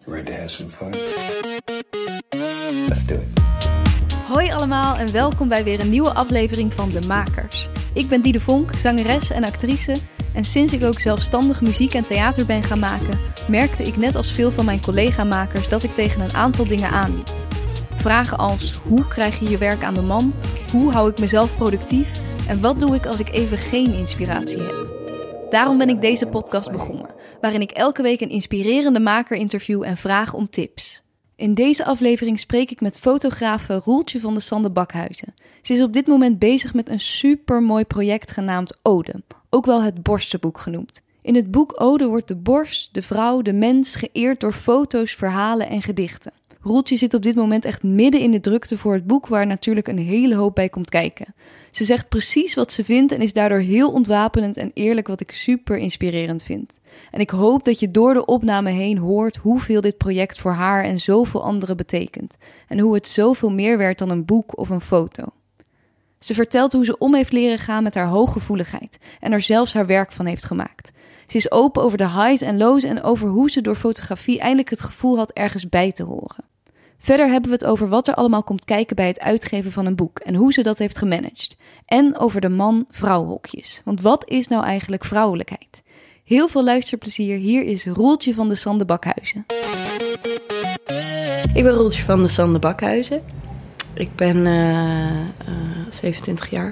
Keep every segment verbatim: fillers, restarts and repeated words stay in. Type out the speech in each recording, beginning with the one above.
Ready to have some fun? Let's do it. Hoi allemaal en welkom bij weer een nieuwe aflevering van De Makers. Ik ben Diede Vonk, zangeres en actrice. En sinds ik ook zelfstandig muziek en theater ben gaan maken, merkte ik net als veel van mijn collega-makers dat ik tegen een aantal dingen aanliep. Vragen als: hoe krijg je je werk aan de man? Hoe hou ik mezelf productief? En wat doe ik als ik even geen inspiratie heb? Daarom ben ik deze podcast begonnen, waarin ik elke week een inspirerende maker interview en vraag om tips. In deze aflevering spreek ik met fotografe Roeltje van de Sande Bakhuizen. Ze is op dit moment bezig met een supermooi project genaamd Ode, ook wel het borstenboek genoemd. In het boek Ode wordt de borst, de vrouw, de mens geëerd door foto's, verhalen en gedichten. Roeltje zit op dit moment echt midden in de drukte voor het boek, waar natuurlijk een hele hoop bij komt kijken. Ze zegt precies wat ze vindt en is daardoor heel ontwapenend en eerlijk, wat ik super inspirerend vind. En ik hoop dat je door de opname heen hoort hoeveel dit project voor haar en zoveel anderen betekent. En hoe het zoveel meer werd dan een boek of een foto. Ze vertelt hoe ze om heeft leren gaan met haar hooggevoeligheid en er zelfs haar werk van heeft gemaakt. Ze is open over de highs en lows en over hoe ze door fotografie eindelijk het gevoel had ergens bij te horen. Verder hebben we het over wat er allemaal komt kijken bij het uitgeven van een boek en hoe ze dat heeft gemanaged. En over de man-vrouw hokjes. Want wat is nou eigenlijk vrouwelijkheid? Heel veel luisterplezier. Hier is Roeltje van de Sande Bakhuizen. Ik ben Roeltje van de Sande Bakhuizen. Ik ben uh, uh, zevenentwintig jaar.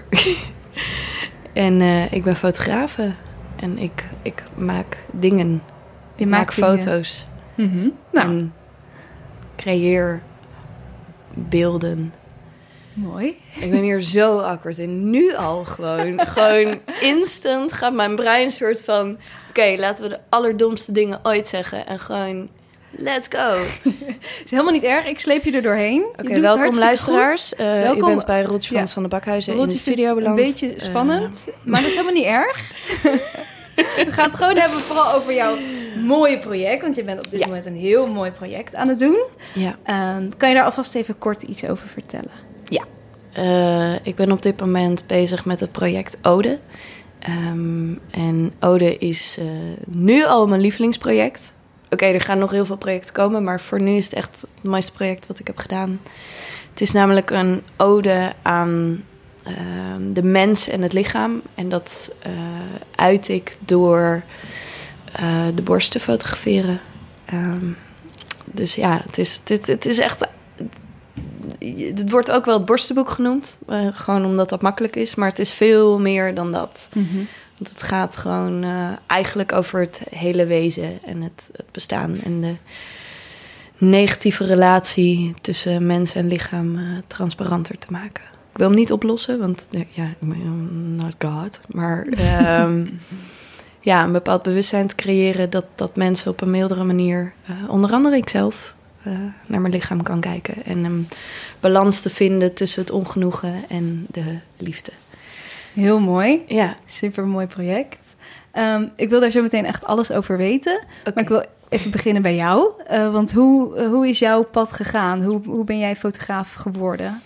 en uh, ik ben fotografe. En ik, ik maak dingen. Je ik maakt maak dingen. foto's. Mm-hmm. Nou, En creëer beelden. mooi. Ik ben hier zo awkward in. Nu al gewoon. gewoon instant gaat mijn brein soort van... Oké, okay, laten we de allerdomste dingen ooit zeggen. En gewoon... Let's go. Is helemaal niet erg. Ik sleep je er doorheen. Oké, okay, welkom luisteraars. Uh, welkom. U bent bij Roeltje van ja. de Sande Bakhuizen Roeltje in de studio beland. Een beetje spannend, uh, maar dat is helemaal niet erg. We gaan het gewoon hebben vooral over jouw mooie project. Want je bent op dit ja. moment een heel mooi project aan het doen. Ja. Uh, kan je daar alvast even kort iets over vertellen? Ja. Uh, ik ben op dit moment bezig met het project Ode. Um, en Ode is uh, nu al mijn lievelingsproject. Oké, okay, er gaan nog heel veel projecten komen, maar voor nu is het echt het mooiste project wat ik heb gedaan. Het is namelijk een ode aan uh, de mens en het lichaam. En dat uh, uit ik door uh, de borst te fotograferen. Um, dus ja, het is, het, het is echt... Het wordt ook wel het borstenboek genoemd. Uh, gewoon omdat dat makkelijk is. Maar het is veel meer dan dat. Mm-hmm. Want het gaat gewoon uh, eigenlijk over het hele wezen en het, het bestaan. En de negatieve relatie tussen mens en lichaam uh, transparanter te maken. Ik wil hem niet oplossen, want uh, ja, I'm not God. Maar um, ja, een bepaald bewustzijn te creëren dat, dat mensen op een mildere manier, uh, onder andere ikzelf, uh, naar mijn lichaam kan kijken. En een balans te vinden tussen het ongenoegen en de liefde. Heel mooi. Ja. Super mooi project. Um, ik wil daar zo meteen echt alles over weten. Okay. Maar ik wil even beginnen bij jou. Uh, want hoe, uh, hoe is jouw pad gegaan? Hoe, hoe ben jij fotograaf geworden?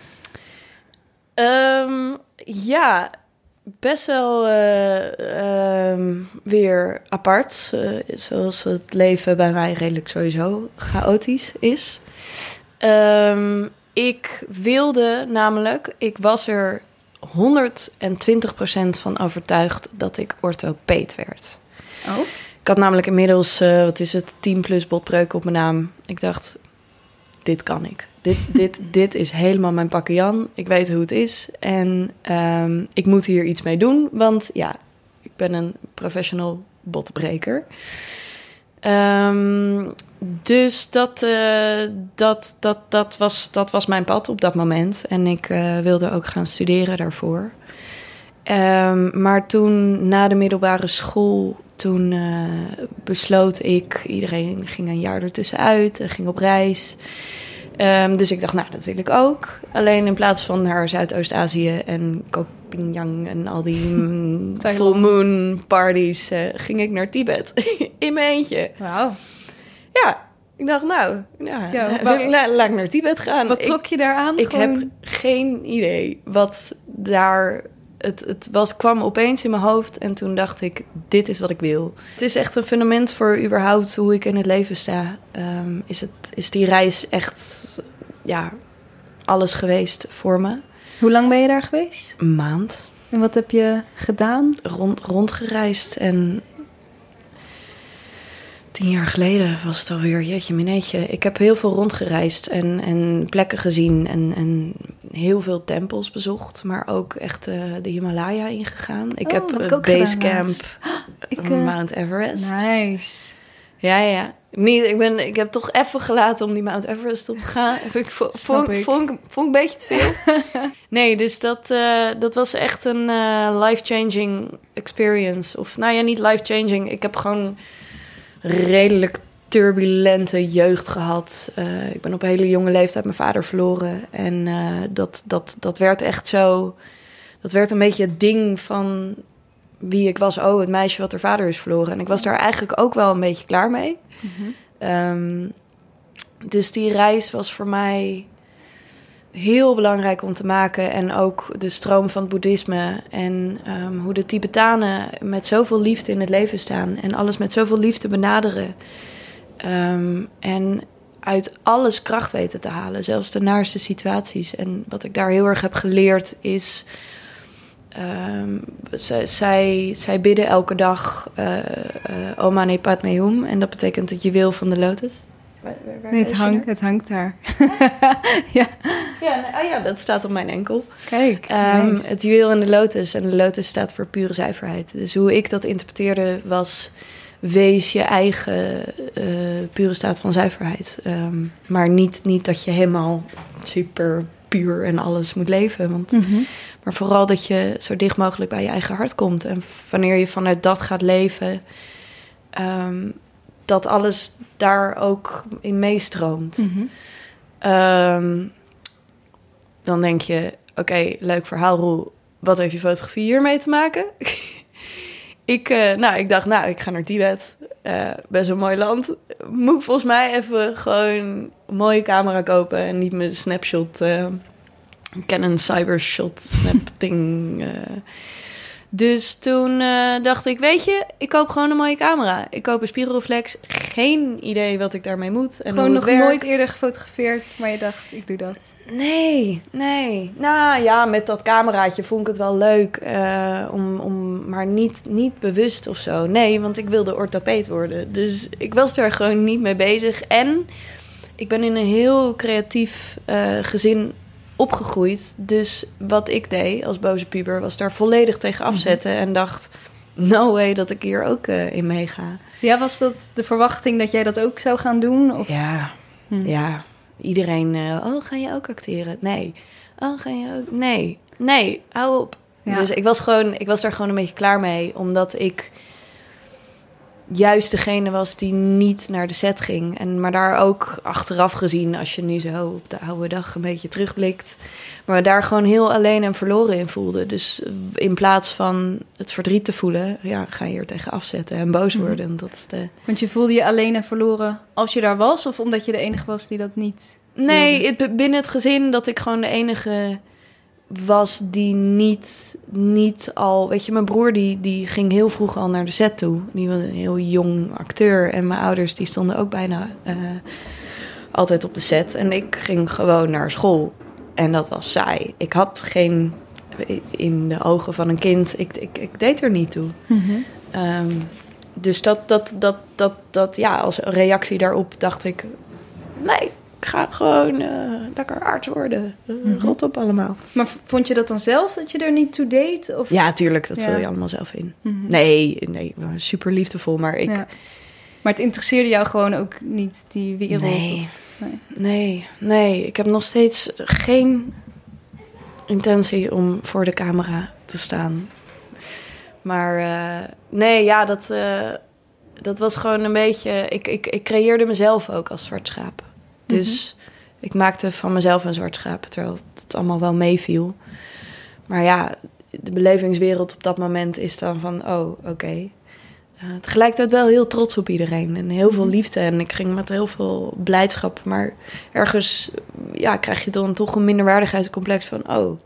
Um, ja, best wel uh, um, weer apart. Uh, zoals het leven bij mij redelijk sowieso chaotisch is. Um, ik wilde namelijk, ik was er honderdtwintig procent van overtuigd dat ik orthopeed werd. Oh? Ik had namelijk inmiddels, uh, wat is het, tien plus botbreuken op mijn naam. Ik dacht, dit kan ik. Dit, dit, dit is helemaal mijn pakkejan. Ik weet hoe het is. En um, ik moet hier iets mee doen. Want ja, ik ben een professional botbreker. Um, dus dat, uh, dat, dat, dat, was, dat was mijn pad op dat moment. En ik uh, wilde ook gaan studeren daarvoor. Um, maar toen, na de middelbare school, toen uh, besloot ik... Iedereen ging een jaar ertussenuit en ging op reis. Um, dus ik dacht, nou, dat wil ik ook. Alleen in plaats van naar Zuidoost-Azië en Koh Phangan en al die mm, full moon parties... Uh, ging ik naar Tibet in mijn eentje. Wauw. Ja, ik dacht, nou, ja, ja, la, la, laat ik naar Tibet gaan. Wat trok ik, je daar aan? Ik Gewoon... heb geen idee wat daar Het, het was, kwam opeens in mijn hoofd en toen dacht ik, dit is wat ik wil. Het is echt een fundament voor überhaupt hoe ik in het leven sta. Um, is, het, is die reis echt, ja, alles geweest voor me. Hoe lang ben je daar geweest? Een maand. En wat heb je gedaan? Rond, rondgereisd en tien jaar geleden was het alweer, jeetje mineetje. Ik heb heel veel rondgereisd en, en plekken gezien en, en heel veel tempels bezocht. Maar ook echt uh, de Himalaya ingegaan. Ik oh, heb heb uh, ik ook Basecamp, ik, uh, Mount Everest. Nice. Ja, ja. Niet, ik, ben, ik heb toch even gelaten om die Mount Everest op te gaan. Ik vo, vond, ik. Vond, vond, vond een beetje te veel. Nee, dus dat, uh, dat was echt een uh, life-changing experience. Of nou ja, niet life-changing. Ik heb gewoon redelijk turbulente jeugd gehad. Uh, ik ben op een hele jonge leeftijd mijn vader verloren. En uh, dat, dat, dat werd echt zo... Dat werd een beetje het ding van wie ik was. Oh, het meisje wat haar vader is verloren. En ik was daar eigenlijk ook wel een beetje klaar mee. Mm-hmm. Um, dus die reis was voor mij heel belangrijk om te maken. En ook de stroom van het boeddhisme. En um, hoe de Tibetanen met zoveel liefde in het leven staan. En alles met zoveel liefde benaderen. Um, en uit alles kracht weten te halen. Zelfs de naarste situaties. En wat ik daar heel erg heb geleerd is... Um, zij, zij, zij bidden elke dag uh, uh, Om Mani Padme Hum. En dat betekent het juweel van de lotus. Waar, waar nee, het, hangt, het hangt daar. ja, ja, nee, oh ja, dat staat op mijn enkel. Kijk, um, nice. Het juweel en de lotus. En de lotus staat voor pure zuiverheid. Dus hoe ik dat interpreteerde was... Wees je eigen uh, pure staat van zuiverheid. Um, maar niet, niet dat je helemaal super puur en alles moet leven. Want, mm-hmm. Maar vooral dat je zo dicht mogelijk bij je eigen hart komt. En wanneer je vanuit dat gaat leven... Um, dat alles daar ook in meestroomt. Mm-hmm. Um, dan denk je... Oké, okay, leuk verhaal, Roel. Wat heeft je fotografie hiermee te maken? Ik, uh, nou, ik dacht, nou, ik ga naar Tibet. Uh, best een mooi land. Moet ik volgens mij even gewoon een mooie camera kopen... en niet mijn snapshot... Uh, Canon Cybershot snap ding. Uh. Dus toen uh, dacht ik, weet je, ik koop gewoon een mooie camera. Ik koop een spiegelreflex. Geen idee wat ik daarmee moet. En gewoon hoe nog het werkt. Nooit eerder gefotografeerd, maar je dacht, ik doe dat. Nee, nee. Nou ja, met dat cameraatje vond ik het wel leuk. Uh, om, om, maar niet, niet bewust of zo. Nee, want ik wilde orthopeed worden. Dus ik was daar gewoon niet mee bezig. En ik ben in een heel creatief uh, gezin opgegroeid. Dus wat ik deed als boze puber was daar volledig tegen afzetten. Mm-hmm. En dacht, no way dat ik hier ook uh, in meega. Ja, was dat de verwachting dat jij dat ook zou gaan doen? Of? Ja, hm. ja. Iedereen, uh, oh, ga je ook acteren? Nee. Oh, ga je ook? Nee. Nee, hou op. Ja. Dus ik was, gewoon, ik was daar gewoon een beetje klaar mee. Omdat ik juist degene was die niet naar de set ging. En, maar daar ook achteraf gezien, als je nu zo op de oude dag een beetje terugblikt... maar daar gewoon heel alleen en verloren in voelde. Dus in plaats van het verdriet te voelen... ja, ga je er tegen afzetten en boos worden. Mm. Dat is de... Want je voelde je alleen en verloren als je daar was... of omdat je de enige was die dat niet... Nee, het, binnen het gezin dat ik gewoon de enige was die niet, niet al... Weet je, mijn broer die, die ging heel vroeg al naar de set toe. Die was een heel jong acteur. En mijn ouders die stonden ook bijna uh, altijd op de set. En ik ging gewoon naar school. En dat was saai. Ik had geen... In de ogen van een kind, ik, ik, ik deed er niet toe. Mm-hmm. Um, dus dat, dat, dat, dat, dat, ja, als reactie daarop dacht ik... Nee, ik ga gewoon uh, lekker arts worden. Uh, mm-hmm. Rot op allemaal. Maar vond je dat dan zelf, dat je er niet toe deed? Of? Ja, tuurlijk. Dat ja. vul je allemaal zelf in. Mm-hmm. Nee, nee, super liefdevol. Maar ik... Ja. Maar het interesseerde jou gewoon ook niet, die wereld? Nee. Of, nee. nee, nee. Ik heb nog steeds geen intentie om voor de camera te staan. Maar uh, nee, ja, dat, uh, dat was gewoon een beetje... Ik, ik, ik creëerde mezelf ook als zwart schaap. Dus mm-hmm. ik maakte van mezelf een zwart schaap, terwijl het allemaal wel meeviel. Maar ja, de belevingswereld op dat moment is dan van, oh, oké. Okay. Uh, tegelijkertijd wel heel trots op iedereen en heel veel liefde. En ik ging met heel veel blijdschap. Maar ergens ja, krijg je dan toch een minderwaardigheidscomplex van, oh,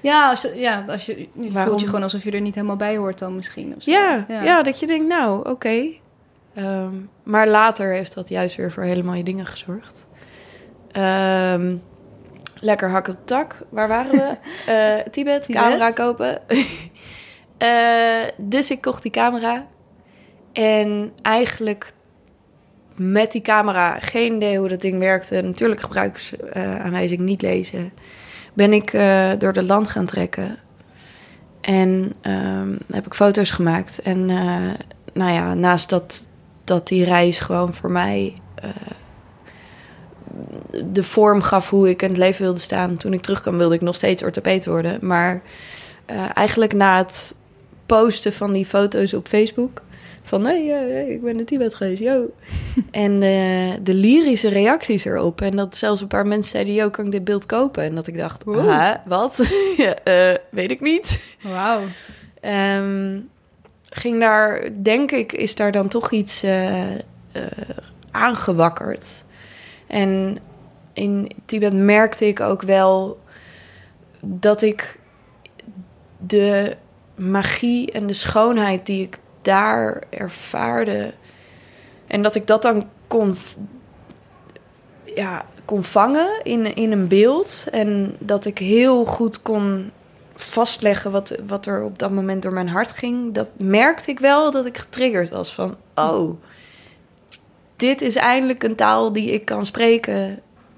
Ja, als, ja, als je, je Waarom? voelt je gewoon alsof je er niet helemaal bij hoort dan misschien. Of zo. Ja, ja. ja, dat je denkt, nou, oké. Okay. Um, maar later heeft dat juist weer voor hele mooie dingen gezorgd. Um, lekker hak op de tak. Waar waren we? uh, Tibet, Tibet, camera kopen. uh, dus ik kocht die camera. En eigenlijk met die camera, geen idee hoe dat ding werkte. Natuurlijk gebruiksaanwijzing niet lezen. Ben ik uh, door de land gaan trekken. En um, heb ik foto's gemaakt. En uh, nou ja, naast dat, dat die reis gewoon voor mij uh, de vorm gaf hoe ik in het leven wilde staan. Toen ik terugkwam wilde ik nog steeds orthopeed worden. Maar uh, eigenlijk na het posten van die foto's op Facebook... van nee, hey, hey, ik ben in Tibet geweest, yo. En uh, de lyrische reacties erop. En dat zelfs een paar mensen zeiden, yo, kan ik dit beeld kopen? En dat ik dacht, ah, wat? ja, uh, weet ik niet. Wauw. Um, ging daar, denk ik, is daar dan toch iets uh, uh, aangewakkerd. En in Tibet merkte ik ook wel dat ik de magie en de schoonheid die ik daar ervaarde en dat ik dat dan kon, ja, kon vangen in, in een beeld en dat ik heel goed kon vastleggen wat, wat er op dat moment door mijn hart ging, dat merkte ik wel dat ik getriggerd was van, oh, dit is eindelijk een taal die ik kan spreken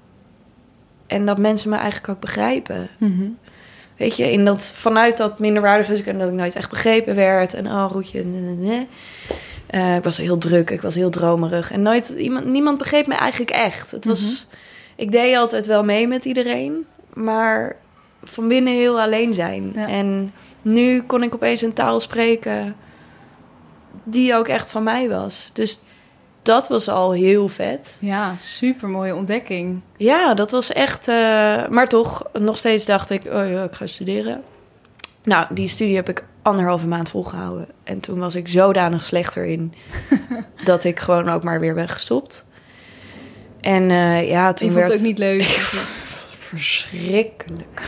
en dat mensen me eigenlijk ook begrijpen. Mm-hmm. Weet je, in dat, vanuit dat minderwaardig is en dat ik nooit echt begrepen werd. En oh, Roetje, nee, nee. Uh, ik was heel druk, ik was heel dromerig. En nooit, iemand, niemand begreep me eigenlijk echt. Het was, mm-hmm. Ik deed altijd wel mee met iedereen, maar van binnen heel alleen zijn. Ja. En nu kon ik opeens een taal spreken die ook echt van mij was. Dus dat was al heel vet. Ja, super mooie ontdekking. Ja, dat was echt... Uh, maar toch, nog steeds dacht ik, oh ja, ik ga studeren. Nou, die studie heb ik anderhalve maand volgehouden. En toen was ik zodanig slecht erin... dat ik gewoon ook maar weer ben gestopt. En uh, ja, toen je werd... vond het ook niet leuk? Verschrikkelijk.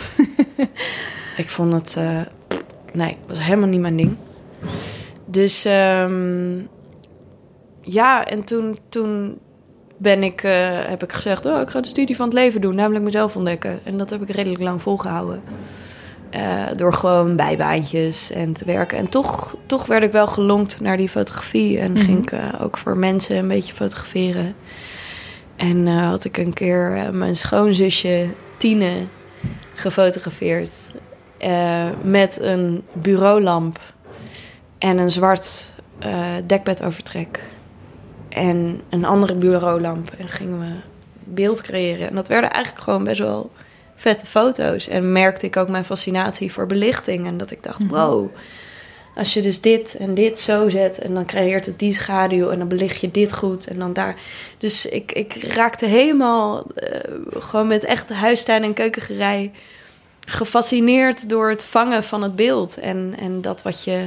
Ik vond het... Uh, nee, het was helemaal niet mijn ding. Dus... Um, Ja, en toen, toen ben ik, uh, heb ik gezegd... oh, ik ga de studie van het leven doen, namelijk mezelf ontdekken. En dat heb ik redelijk lang volgehouden. Uh, door gewoon bijbaantjes en te werken. En toch, toch werd ik wel gelonkt naar die fotografie. En mm-hmm. ging ik uh, ook voor mensen een beetje fotograferen. En uh, had ik een keer uh, mijn schoonzusje Tine gefotografeerd. Uh, met een bureaulamp en een zwart uh, dekbedovertrek. En een andere bureaulamp. En gingen we beeld creëren. En dat werden eigenlijk gewoon best wel vette foto's. En merkte ik ook mijn fascinatie voor belichting. En dat ik dacht, mm-hmm. wow, als je dus dit en dit zo zet... en dan creëert het die schaduw en dan belicht je dit goed en dan daar. Dus ik, ik raakte helemaal uh, gewoon met echt huistuin- en keukengerei... gefascineerd door het vangen van het beeld. En, en dat wat je...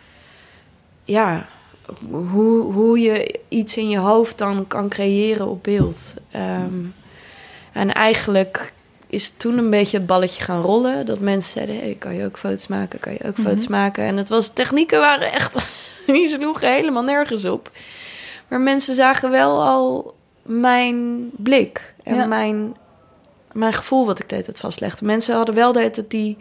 ja... Hoe, hoe je iets in je hoofd dan kan creëren op beeld. Um, en eigenlijk is toen een beetje het balletje gaan rollen. Dat mensen zeiden, hey, kan je ook foto's maken? Kan je ook mm-hmm. foto's maken? En het was, technieken waren echt... die sloegen helemaal nergens op. Maar mensen zagen wel al mijn blik. En ja. mijn, mijn gevoel wat ik de hele tijd vastlegde. Mensen hadden wel de hele tijd die...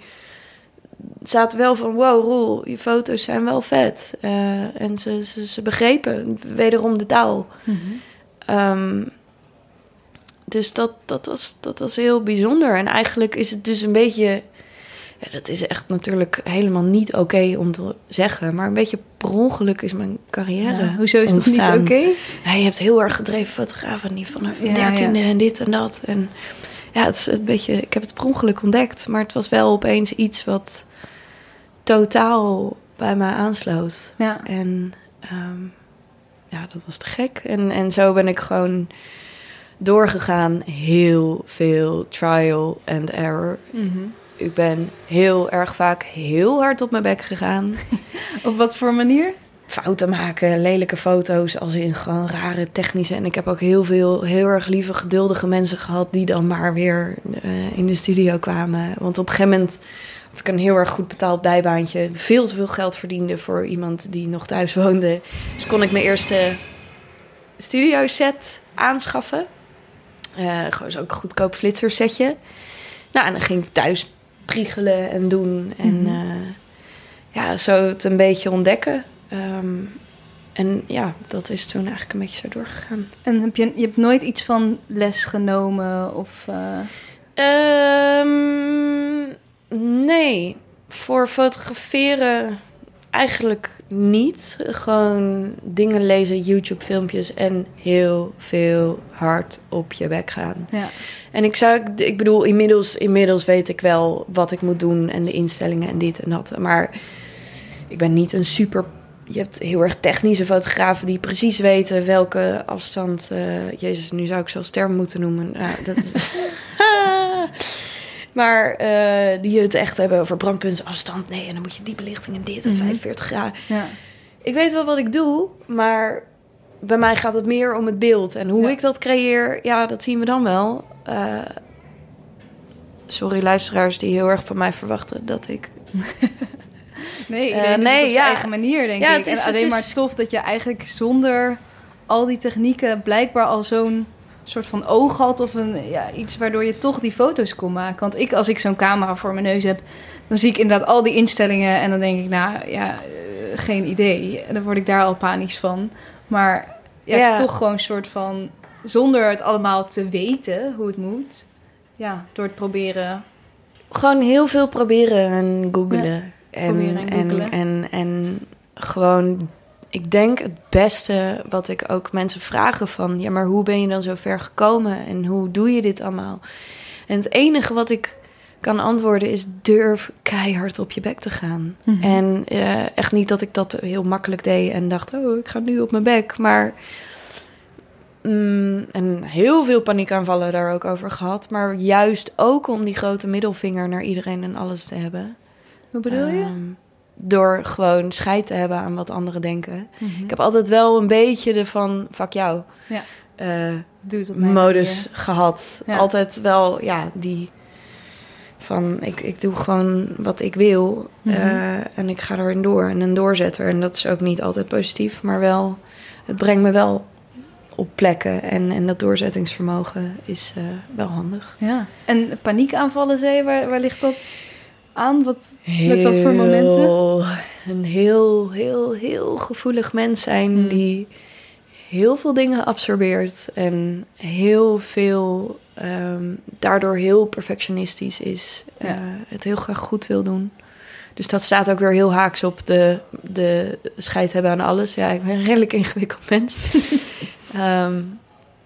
zaten wel van, wow, Roel, je foto's zijn wel vet. Uh, en ze, ze, ze begrepen wederom de taal. Mm-hmm. Um, dus dat, dat, was, dat was heel bijzonder. En eigenlijk is het dus een beetje... ja, dat is echt natuurlijk helemaal niet oké okay om te zeggen... maar een beetje per ongeluk is mijn carrière ja, hoezo is ontstaan. Dat niet oké? Okay? Ja, je hebt heel erg gedreven fotografen... die vanaf ja, dertiende ja. en dit en dat. En ja, het is een beetje... ik heb het per ongeluk ontdekt... maar het was wel opeens iets wat... totaal bij mij aansloot. Ja. En um, ja, dat was te gek. En, en zo ben ik gewoon doorgegaan. Heel veel trial and error. Mm-hmm. Ik ben heel erg vaak heel hard op mijn bek gegaan. Op wat voor manier? Fouten maken, lelijke foto's, als in gewoon rare technische. En ik heb ook heel veel heel erg lieve, geduldige mensen gehad... die dan maar weer uh, in de studio kwamen. Want op een gegeven moment... had ik een heel erg goed betaald bijbaantje. Veel te veel geld verdiende voor iemand die nog thuis woonde. Dus kon ik mijn eerste studio set aanschaffen. Uh, gewoon zo'n goedkoop flitsersetje. Nou, en dan ging ik thuis priegelen en doen. En mm-hmm. uh, ja, zo het een beetje ontdekken. Um, en ja, dat is toen eigenlijk een beetje zo doorgegaan. En heb je, je hebt nooit iets van les genomen of... Uh... Um, nee, voor fotograferen eigenlijk niet. Gewoon dingen lezen, YouTube-filmpjes en heel veel hard op je bek gaan. Ja. En ik zou, ik bedoel, inmiddels, inmiddels weet ik wel wat ik moet doen en de instellingen en dit en dat. Maar ik ben niet een super... Je hebt heel erg technische fotografen die precies weten welke afstand... Uh, Jezus, nu zou ik zelfs term moeten noemen. Nou, dat is... Maar uh, die het echt hebben over brandpuntsafstand. Nee, en dan moet je die belichting en dit en mm-hmm. vijfenveertig graden. Ja. Ik weet wel wat ik doe, maar bij mij gaat het meer om het beeld. En hoe ja. ik dat creëer, ja, dat zien we dan wel. Uh, sorry luisteraars die heel erg van mij verwachten dat ik... nee, iedereen uh, doet nee, het op zijn ja. eigen manier, denk ja, ik. Is, en alleen is... maar tof dat je eigenlijk zonder al die technieken blijkbaar al zo'n soort van oog had of een, ja, iets waardoor je toch die foto's kon maken. Want ik, als ik zo'n camera voor mijn neus heb, dan zie ik inderdaad al die instellingen en dan denk ik, nou ja, uh, geen idee. En dan word ik daar al panisch van. Maar ja, ja. toch gewoon een soort van, zonder het allemaal te weten hoe het moet, ja, door het proberen. Gewoon heel veel proberen en googlen. Ja, en, proberen en googlen. En, en, en gewoon... Ik denk het beste wat ik ook mensen vragen van... ja, maar hoe ben je dan zo ver gekomen? En hoe doe je dit allemaal? En het enige wat ik kan antwoorden is... durf keihard op je bek te gaan. Mm-hmm. En uh, echt niet dat ik dat heel makkelijk deed... en dacht, oh, ik ga nu op mijn bek. Maar... Mm, en heel veel paniekaanvallen daar ook over gehad. Maar juist ook om die grote middelvinger... naar iedereen en alles te hebben. Hoe bedoel je? Um, Door gewoon scheid te hebben aan wat anderen denken. Mm-hmm. Ik heb altijd wel een beetje de van, fuck jou, ja. uh, Doe het op modus manier. gehad. Ja. Altijd wel, ja, die van, ik, ik doe gewoon wat ik wil. Mm-hmm. Uh, en ik ga erin door en een doorzetter. En dat is ook niet altijd positief, maar wel, het brengt me wel op plekken. En, en dat doorzettingsvermogen is uh, wel handig. Ja. En paniekaanvallen, zei je, waar, waar ligt dat... aan? Wat, heel, met wat voor momenten? Een heel, heel, heel gevoelig mens zijn... Mm. die heel veel dingen absorbeert... en heel veel... Um, daardoor heel perfectionistisch is. Ja. Uh, het heel graag goed wil doen. Dus dat staat ook weer heel haaks op de, de scheid hebben aan alles. Ja, ik ben een redelijk ingewikkeld mens. um,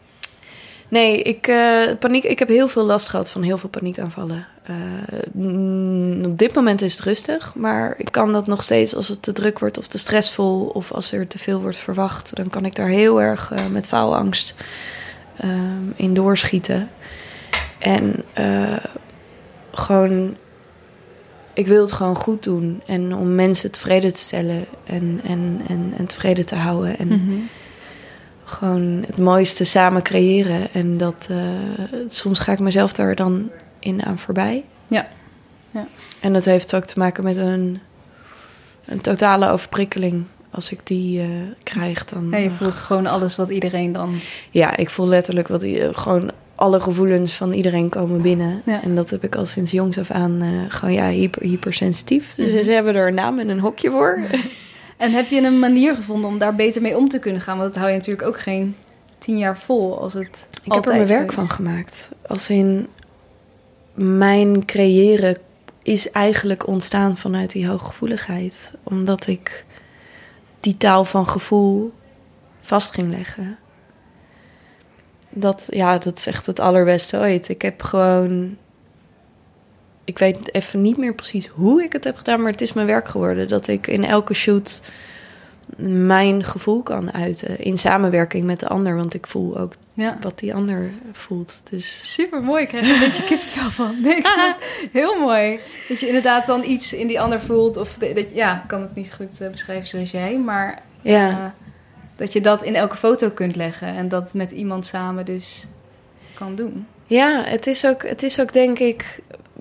Nee, ik, uh, paniek, ik heb heel veel last gehad van heel veel paniekaanvallen. Uh, mm, op dit moment is het rustig, maar ik kan dat nog steeds als het te druk wordt of te stressvol... of als er te veel wordt verwacht, dan kan ik daar heel erg uh, met faalangst uh, in doorschieten. En uh, gewoon, ik wil het gewoon goed doen en om mensen tevreden te stellen en, en, en, en tevreden te houden en... Mm-hmm. Gewoon het mooiste samen creëren. En dat uh, soms ga ik mezelf daar dan in aan voorbij. Ja. ja. En dat heeft ook te maken met een, een totale overprikkeling. Als ik die uh, krijg, dan... Ja, je voelt uh, gewoon alles wat iedereen dan... Ja, ik voel letterlijk wat uh, gewoon alle gevoelens van iedereen komen binnen. Ja. En dat heb ik al sinds jongs af aan uh, gewoon ja, hyper, hypersensitief. Dus mm-hmm. ze hebben er een naam en een hokje voor. En heb je een manier gevonden om daar beter mee om te kunnen gaan? Want dat hou je natuurlijk ook geen tien jaar vol als het Ik heb er mijn werk is. van gemaakt. Als in mijn creëren is eigenlijk ontstaan vanuit die hooggevoeligheid. Omdat ik die taal van gevoel vast ging leggen. Dat, ja, dat is echt het allerbeste ooit. Ik heb gewoon... Ik weet even niet meer precies hoe ik het heb gedaan, maar het is mijn werk geworden. Dat ik in elke shoot mijn gevoel kan uiten. In samenwerking met de ander, want ik voel ook ja. wat die ander voelt. Dus... Super mooi, ik krijg er een beetje kippenvel van. Nee, ik vind het heel mooi. Dat je inderdaad dan iets in die ander voelt. Of de, dat, ja, ik kan het niet goed uh, beschrijven zoals jij, maar ja. uh, dat je dat in elke foto kunt leggen. En dat met iemand samen dus kan doen. Ja, het is ook, het is ook denk ik...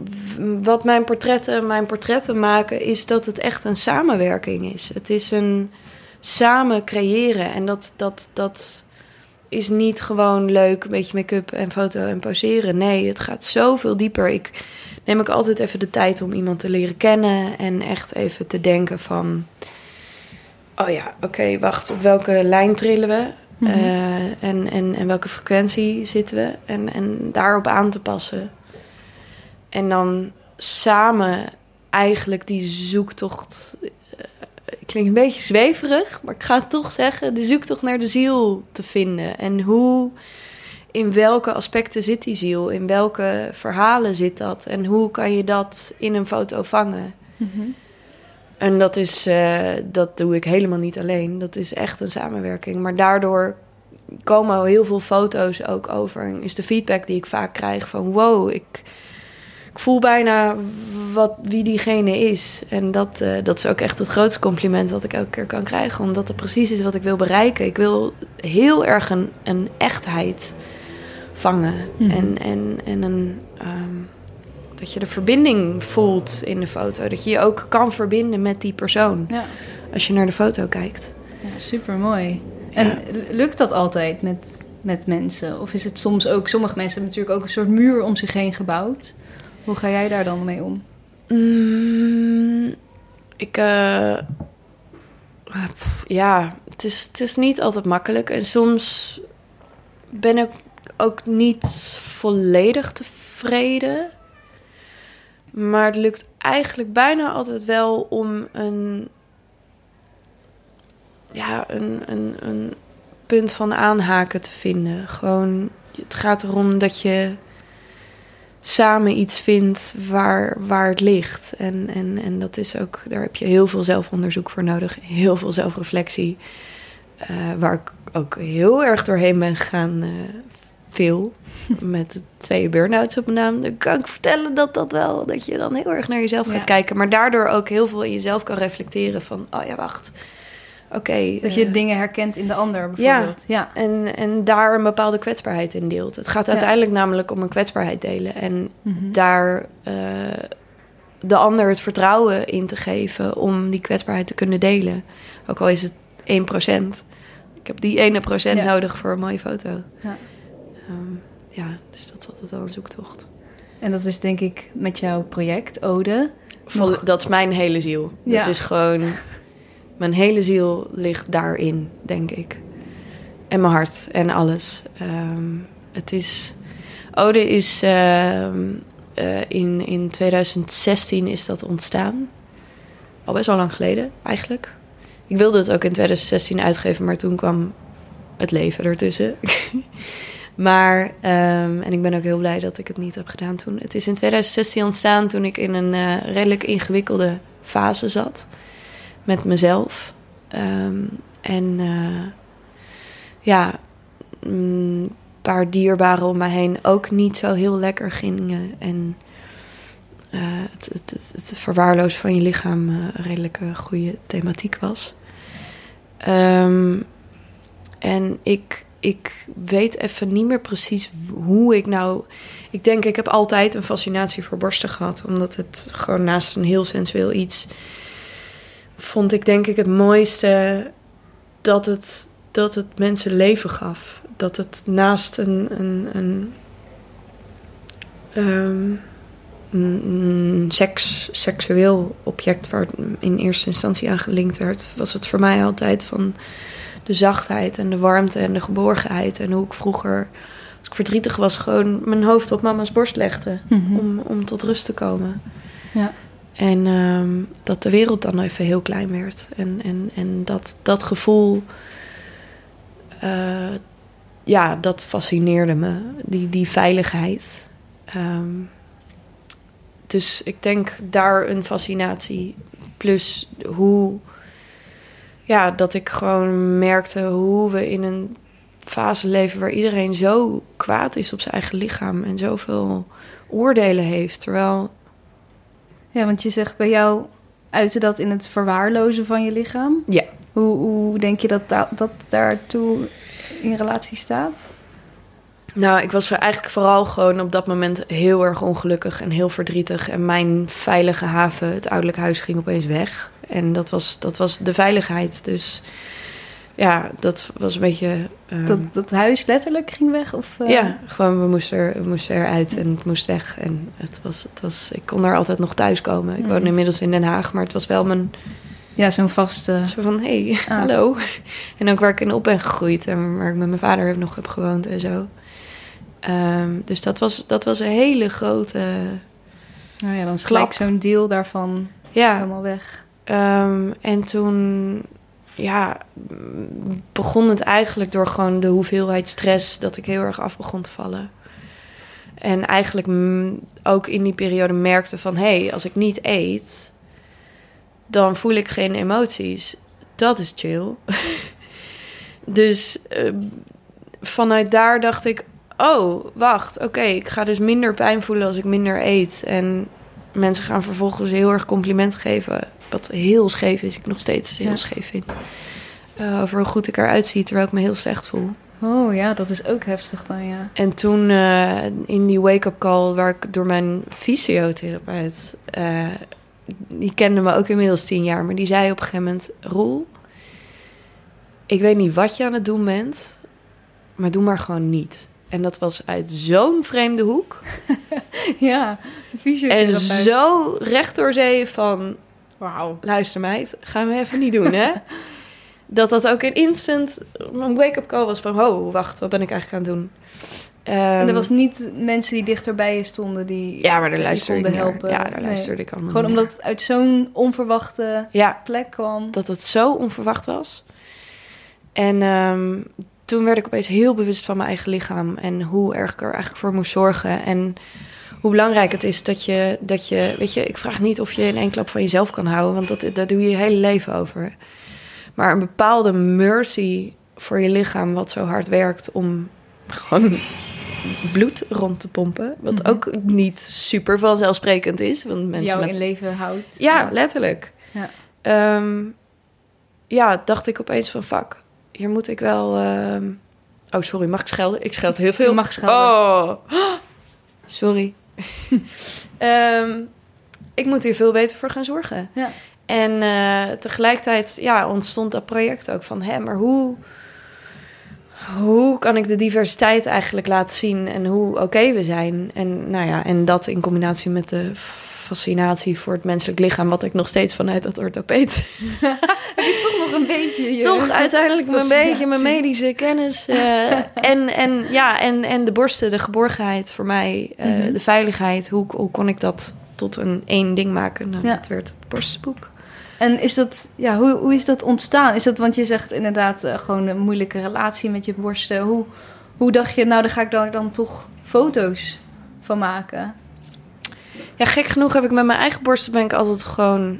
wat mijn portretten, mijn portretten maken, is dat het echt een samenwerking is. Het is een samen creëren. En dat, dat, dat is niet gewoon leuk, een beetje make-up en foto en poseren. Nee, het gaat zoveel dieper. Ik neem ook altijd even de tijd om iemand te leren kennen en echt even te denken van, oh ja, oké, okay, wacht, op welke lijn trillen we? Mm-hmm. uh, en, en, en welke frequentie zitten we? En, en daarop aan te passen. En dan samen eigenlijk die zoektocht, uh, klinkt een beetje zweverig, maar ik ga het toch zeggen, de zoektocht naar de ziel te vinden. En hoe, in welke aspecten zit die ziel? In welke verhalen zit dat? En hoe kan je dat in een foto vangen? Mm-hmm. En dat is, uh, dat doe ik helemaal niet alleen. Dat is echt een samenwerking. Maar daardoor komen al heel veel foto's ook over. En is de feedback die ik vaak krijg van, wow, ik, ik voel bijna wat, wie diegene is. En dat, uh, dat is ook echt het grootste compliment wat ik elke keer kan krijgen. Omdat het precies is wat ik wil bereiken. Ik wil heel erg een, een echtheid vangen. Mm-hmm. En, en, en een... Um, dat je de verbinding voelt in de foto. Dat je je ook kan verbinden met die persoon. Ja. Als je naar de foto kijkt. Ja, supermooi. En ja. Lukt dat altijd met, met mensen? Of is het soms ook... Sommige mensen hebben natuurlijk ook een soort muur om zich heen gebouwd. Hoe ga jij daar dan mee om? Mm, ik... Uh, pff, ja, het is, het is niet altijd makkelijk. En soms ben ik ook niet volledig tevreden. Maar het lukt eigenlijk bijna altijd wel om een, ja, een, een, een punt van aanhaken te vinden. Gewoon, het gaat erom dat je samen iets vindt waar, waar het ligt. En, en, en dat is ook, daar heb je heel veel zelfonderzoek voor nodig. Heel veel zelfreflectie. Uh, waar ik ook heel erg doorheen ben gegaan. Uh, veel. Met twee burn-outs op mijn naam. Dan kan ik vertellen dat dat wel, dat je dan heel erg naar jezelf gaat ja. kijken. Maar daardoor ook heel veel in jezelf kan reflecteren van, oh ja, wacht. Oké. Okay, dat je uh, dingen herkent in de ander bijvoorbeeld. Ja, ja. En, en daar een bepaalde kwetsbaarheid in deelt. Het gaat uiteindelijk ja. namelijk om een kwetsbaarheid delen. En mm-hmm. daar uh, de ander het vertrouwen in te geven om die kwetsbaarheid te kunnen delen. Ook al is het één procent. Ik heb die ene procent ja. nodig voor een mooie foto. Ja. Um, ja, dus dat is altijd wel een zoektocht. En dat is denk ik met jouw project, Ode. Nog... Dat is mijn hele ziel. Ja. Dat is gewoon... Mijn hele ziel ligt daarin, denk ik. En mijn hart en alles. Um, het is... Ode is... Uh, uh, in, in twintig zestien is dat ontstaan. Al best wel lang geleden, eigenlijk. Ik wilde het ook in twintig zestien uitgeven, maar toen kwam het leven ertussen. Maar, um, en ik ben ook heel blij dat ik het niet heb gedaan toen. Het is in twintig zestien ontstaan toen ik in een uh, redelijk ingewikkelde fase zat. Met mezelf. Um, en uh, ja, een paar dierbaren om mij heen ook niet zo heel lekker gingen. En uh, het, het, het, het verwaarlozen van je lichaam uh, een redelijke goede thematiek was. Um, en ik... Ik weet even niet meer precies hoe ik nou... Ik denk, ik heb altijd een fascinatie voor borsten gehad. Omdat het gewoon naast een heel sensueel iets... vond ik denk ik het mooiste dat het, dat het mensen leven gaf. Dat het naast een... een, een, um, een seks, seksueel object waar het in eerste instantie aan gelinkt werd... was het voor mij altijd van... de zachtheid en de warmte en de geborgenheid. En hoe ik vroeger, als ik verdrietig was... gewoon mijn hoofd op mama's borst legde. Mm-hmm. Om, om tot rust te komen. Ja. En um, dat de wereld dan even heel klein werd. En, en, en dat, dat gevoel... Uh, ja, dat fascineerde me. Die, die veiligheid. Um, dus ik denk daar een fascinatie. Plus hoe... Ja, dat ik gewoon merkte hoe we in een fase leven... waar iedereen zo kwaad is op zijn eigen lichaam... en zoveel oordelen heeft, terwijl... Ja, want je zegt bij jou uitte dat in het verwaarlozen van je lichaam. Ja. Hoe, hoe denk je dat da- dat daartoe in relatie staat? Nou, ik was eigenlijk vooral gewoon op dat moment heel erg ongelukkig en heel verdrietig. En mijn veilige haven, het ouderlijk huis, ging opeens weg. En dat was, dat was de veiligheid. Dus ja, dat was een beetje... Um... Dat, dat huis letterlijk ging weg? Of, uh... Ja, gewoon we moesten, er, we moesten eruit en het moest weg. En het was, het was, ik kon daar altijd nog thuiskomen. Ik mm. woon inmiddels in Den Haag, maar het was wel mijn... Ja, zo'n vaste... Zo van, hé, hey, ah. hallo. En ook waar ik in op ben gegroeid en waar ik met mijn vader nog heb gewoond en zo. Um, dus dat was, dat was een hele grote... Nou ja, dan is gelijk zo'n deel daarvan ja. helemaal weg. Um, en toen... Ja, begon het eigenlijk door gewoon de hoeveelheid stress... dat ik heel erg af begon te vallen. En eigenlijk m- ook in die periode merkte van... hé, hey, als ik niet eet... dan voel ik geen emoties. Dat is chill. Dus uh, vanuit daar dacht ik... oh, wacht, oké, okay, ik ga dus minder pijn voelen als ik minder eet. En mensen gaan vervolgens heel erg compliment geven... wat heel scheef is, ik nog steeds heel ja. scheef vind. Uh, over hoe goed ik eruit zie, terwijl ik me heel slecht voel. Oh ja, dat is ook heftig dan, ja. En toen uh, in die wake-up call... waar ik door mijn fysiotherapeut... Uh, die kende me ook inmiddels tien jaar... maar die zei op een gegeven moment... Roel, ik weet niet wat je aan het doen bent... maar doe maar gewoon niet. En dat was uit zo'n vreemde hoek. Ja, fysiotherapeut. En zo recht door zee van... Wauw. Luister meid, gaan we even niet doen, hè? Dat dat ook een instant een wake-up call was van... oh, wacht, wat ben ik eigenlijk aan het doen? Um, en er was niet mensen die dichter bij je stonden die, ja, maar daar luisterde konden ik helpen. Ja, daar luisterde nee. ik allemaal Gewoon omdat het uit zo'n onverwachte ja, plek kwam. Dat het zo onverwacht was. En um, toen werd ik opeens heel bewust van mijn eigen lichaam... en hoe erg ik er eigenlijk voor moest zorgen... en hoe belangrijk het is dat je, dat je... Weet je, ik vraag niet of je in één klap van jezelf kan houden... want dat, daar doe je je hele leven over. Maar een bepaalde mercy voor je lichaam... wat zo hard werkt om gewoon bloed rond te pompen... wat mm-hmm. ook niet super vanzelfsprekend is. Want mensen jou met... in leven houdt. Ja, ja. letterlijk. Ja. Um, ja, dacht ik opeens van... fuck, hier moet ik wel... Um... Oh, sorry, mag ik schelden? Ik scheld heel veel. Je mag schelden. Oh, sorry. um, ik moet hier veel beter voor gaan zorgen. Ja. En uh, tegelijkertijd ja, ontstond dat project ook van... hé, maar hoe, hoe kan ik de diversiteit eigenlijk laten zien... en hoe oké okay we zijn? En, nou ja, en dat in combinatie met de fascinatie voor het menselijk lichaam... wat ik nog steeds vanuit dat orthopeed... Heb je toch nog een beetje... Je toch uiteindelijk een beetje mijn medische kennis. Uh, en, en, ja, en, en de borsten, de geborgenheid voor mij, uh, mm-hmm. de veiligheid. Hoe, hoe kon ik dat tot een één ding maken? Nou, ja. Dat werd het borstenboek. En is dat, ja, hoe, hoe is dat ontstaan? Is dat, want je zegt inderdaad uh, gewoon een moeilijke relatie met je borsten. Hoe, hoe dacht je, nou, daar ga ik dan, dan toch foto's van maken? Ja, gek genoeg heb ik met mijn eigen borsten ben ik altijd gewoon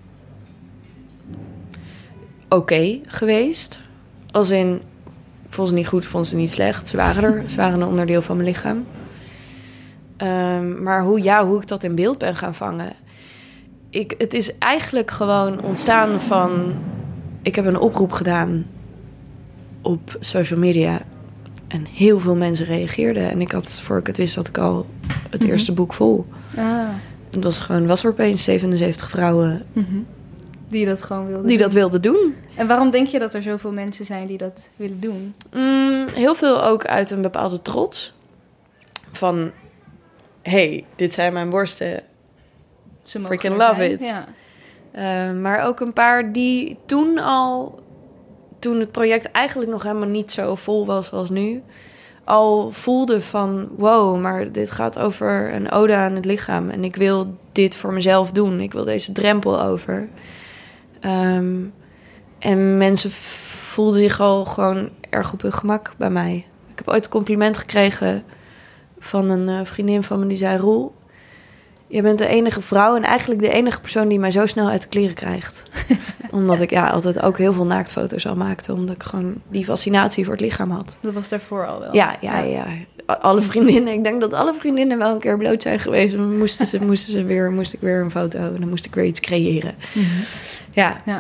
oké okay geweest. Als in, ik vond ze niet goed, vond ze niet slecht. Ze waren er, ze waren een onderdeel van mijn lichaam. Um, maar hoe, ja, hoe ik dat in beeld ben gaan vangen... Ik, het is eigenlijk gewoon ontstaan van... Ik heb een oproep gedaan op social media... en heel veel mensen reageerden. En ik had, voor ik het wist, had ik al het mm-hmm. eerste boek vol. Ah. Het was gewoon, was er opeens zevenenzeventig vrouwen... Mm-hmm. Die dat gewoon wilden Die doen. dat wilden doen. En waarom denk je dat er zoveel mensen zijn die dat willen doen? Mm, heel veel ook uit een bepaalde trots. Van, hey, dit zijn mijn borsten... Ze freaking love zijn. it. Ja. Uh, maar ook een paar die toen al... toen het project eigenlijk nog helemaal niet zo vol was als nu... al voelden van... wow, maar dit gaat over een ode aan het lichaam... en ik wil dit voor mezelf doen. Ik wil deze drempel over. Um, en mensen voelden zich al gewoon erg op hun gemak bij mij. Ik heb ooit een compliment gekregen... van een uh, vriendin van me die zei... Roel, je bent de enige vrouw en eigenlijk de enige persoon die mij zo snel uit de kleren krijgt. Omdat ik ja, altijd ook heel veel naaktfoto's al maakte. Omdat ik gewoon die fascinatie voor het lichaam had. Dat was daarvoor al wel. Ja, ja, ja. Alle vriendinnen. Ik denk dat alle vriendinnen wel een keer bloot zijn geweest. En moesten ze, moesten ze weer, moest ik weer een foto en dan moest ik weer iets creëren. Mm-hmm. Ja. ja.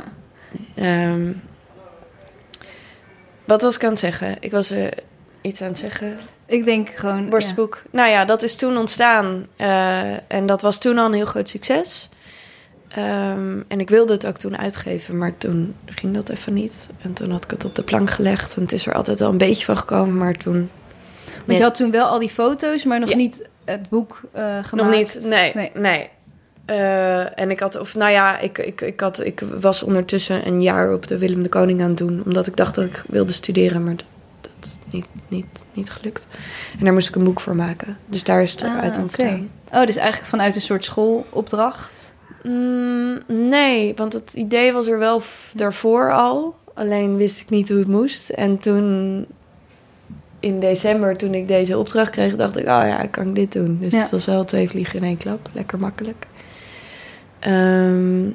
Um, wat was ik aan het zeggen? Ik was uh, iets aan het zeggen. Ik denk gewoon... Borstboek. Ja. Nou ja, dat is toen ontstaan. Uh, en dat was toen al een heel groot succes. Um, en ik wilde het ook toen uitgeven, maar toen ging dat even niet. En toen had ik het op de plank gelegd. En het is er altijd wel een beetje van gekomen, maar toen... Want je had toen wel al die foto's, maar nog ja. niet het boek uh, gemaakt? Nog niet, nee, nee. nee. Uh, en ik had, of nou ja, ik, ik, ik, had, ik was ondertussen een jaar op de Willem de Koning aan het doen. Omdat ik dacht dat ik wilde studeren, maar dat, dat is niet, niet, niet gelukt. En daar moest ik een boek voor maken. Dus daar is het ah, uit ontstaan. Okay. Oh, dus eigenlijk vanuit een soort schoolopdracht? Mm, nee, want het idee was er wel f- daarvoor al. Alleen wist ik niet hoe het moest. En toen... in december, toen ik deze opdracht kreeg, dacht ik, oh ja, kan ik dit doen. Dus ja. Het was wel twee vliegen in één klap. Lekker makkelijk. Um,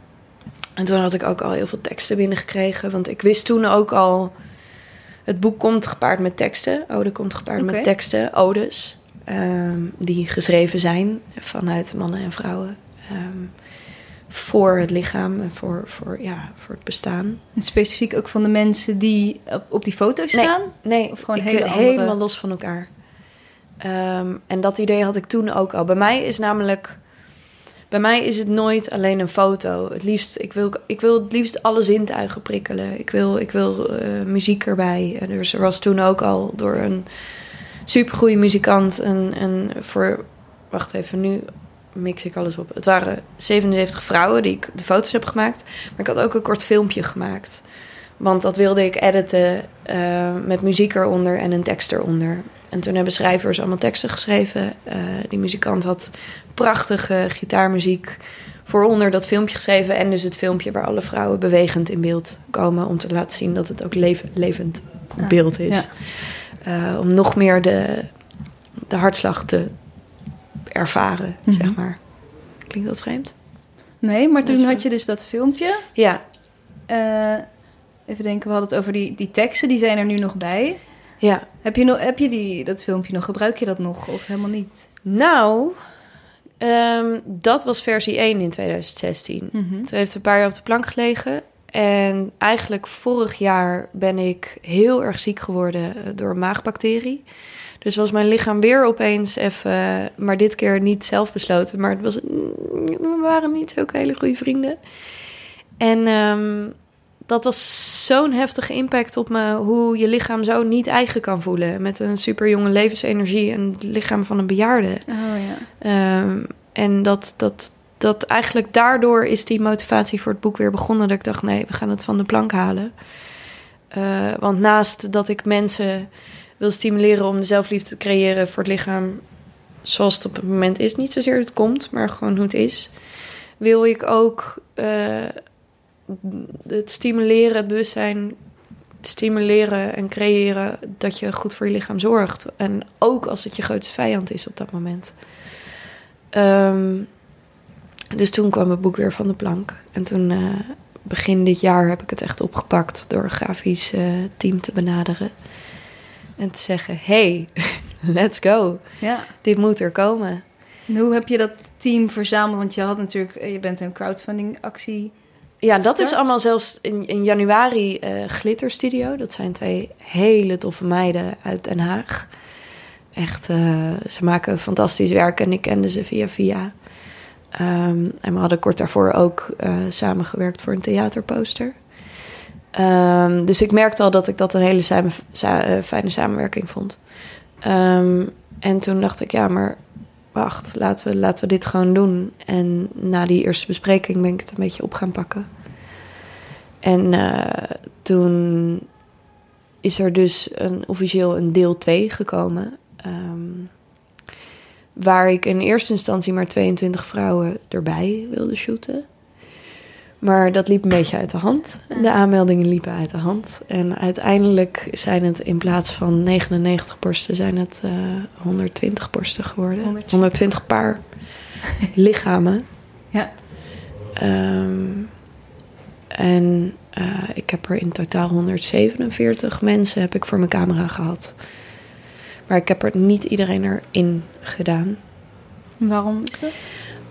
en toen had ik ook al heel veel teksten binnengekregen. Want ik wist toen ook al... het boek komt gepaard met teksten. Ode komt gepaard okay. met teksten, odes. Um, die geschreven zijn vanuit mannen en vrouwen. Um, voor het lichaam en voor, voor, ja, voor het bestaan. En specifiek ook van de mensen die op, op die foto's staan? Nee, nee, of gewoon ik, hele andere... helemaal los van elkaar. Um, en dat idee had ik toen ook al. Bij mij is namelijk... Bij mij is het nooit alleen een foto. Het liefst, ik, wil, ik wil het liefst alle zintuigen prikkelen. Ik wil, ik wil uh, muziek erbij. En er was toen ook al door een supergoeie muzikant... En, en voor... Wacht even, nu... mix ik alles op. Het waren zevenenzeventig vrouwen die ik de foto's heb gemaakt. Maar ik had ook een kort filmpje gemaakt. Want dat wilde ik editen uh, met muziek eronder en een tekst eronder. En toen hebben schrijvers allemaal teksten geschreven. Uh, die muzikant had prachtige gitaarmuziek voor onder dat filmpje geschreven. En dus het filmpje waar alle vrouwen bewegend in beeld komen. Om te laten zien dat het ook leven, levend ah, beeld is. Ja. Uh, om nog meer de, de hartslag te ervaren, mm-hmm. zeg maar. Klinkt dat vreemd? Nee, maar toen had je dus dat filmpje. Ja. Uh, even denken, we hadden het over die, die teksten, die zijn er nu nog bij. Ja. Heb je, nog, heb je die, dat filmpje nog? Gebruik je dat nog of helemaal niet? Nou, um, dat was versie één in twintig zestien. Mm-hmm. Toen heeft het een paar jaar op de plank gelegen. En eigenlijk vorig jaar ben ik heel erg ziek geworden door een maagbacterie. Dus was mijn lichaam weer opeens even... maar dit keer niet zelf besloten. Maar het was, we waren niet zulke hele goede vrienden. En um, dat was zo'n heftige impact op me... hoe je lichaam zo niet eigen kan voelen. Met een superjonge levensenergie en het lichaam van een bejaarde. Oh, ja. Um, en dat, dat, dat eigenlijk daardoor is die motivatie voor het boek weer begonnen. Dat ik dacht, nee, we gaan het van de plank halen. Uh, want naast dat ik mensen... wil stimuleren om de zelfliefde te creëren voor het lichaam... zoals het op het moment is. Niet zozeer het komt, maar gewoon hoe het is. Wil ik ook uh, het stimuleren, het bewustzijn... stimuleren en creëren dat je goed voor je lichaam zorgt. En ook als het je grootste vijand is op dat moment. Um, dus toen kwam het boek weer van de plank. En toen, uh, begin dit jaar, heb ik het echt opgepakt... door een grafisch uh, team te benaderen... En te zeggen, hey, let's go. Ja. Dit moet er komen. En hoe heb je dat team verzameld? Want je had natuurlijk, je bent een crowdfunding actie. Ja, gestart. Dat is allemaal zelfs in, in januari uh, Glitter Studio. Dat zijn twee hele toffe meiden uit Den Haag. Echt, uh, ze maken fantastisch werk en ik kende ze via via. Um, en we hadden kort daarvoor ook uh, samengewerkt voor een theaterposter. Um, dus ik merkte al dat ik dat een hele samen, sa- uh, fijne samenwerking vond. Um, en toen dacht ik, ja, maar wacht, laten we, laten we dit gewoon doen. En na die eerste bespreking ben ik het een beetje op gaan pakken. En uh, toen is er dus een, officieel een deel twee gekomen. Um, waar ik in eerste instantie maar tweeëntwintig vrouwen erbij wilde shooten. Maar dat liep een beetje uit de hand. De aanmeldingen liepen uit de hand. En uiteindelijk zijn het in plaats van negenennegentig borsten... zijn het uh, honderdtwintig borsten geworden. honderdtwintig paar lichamen. Ja. Um, en uh, ik heb er in totaal honderdzevenenveertig mensen heb ik voor mijn camera gehad. Maar ik heb er niet iedereen erin gedaan. Waarom is dat?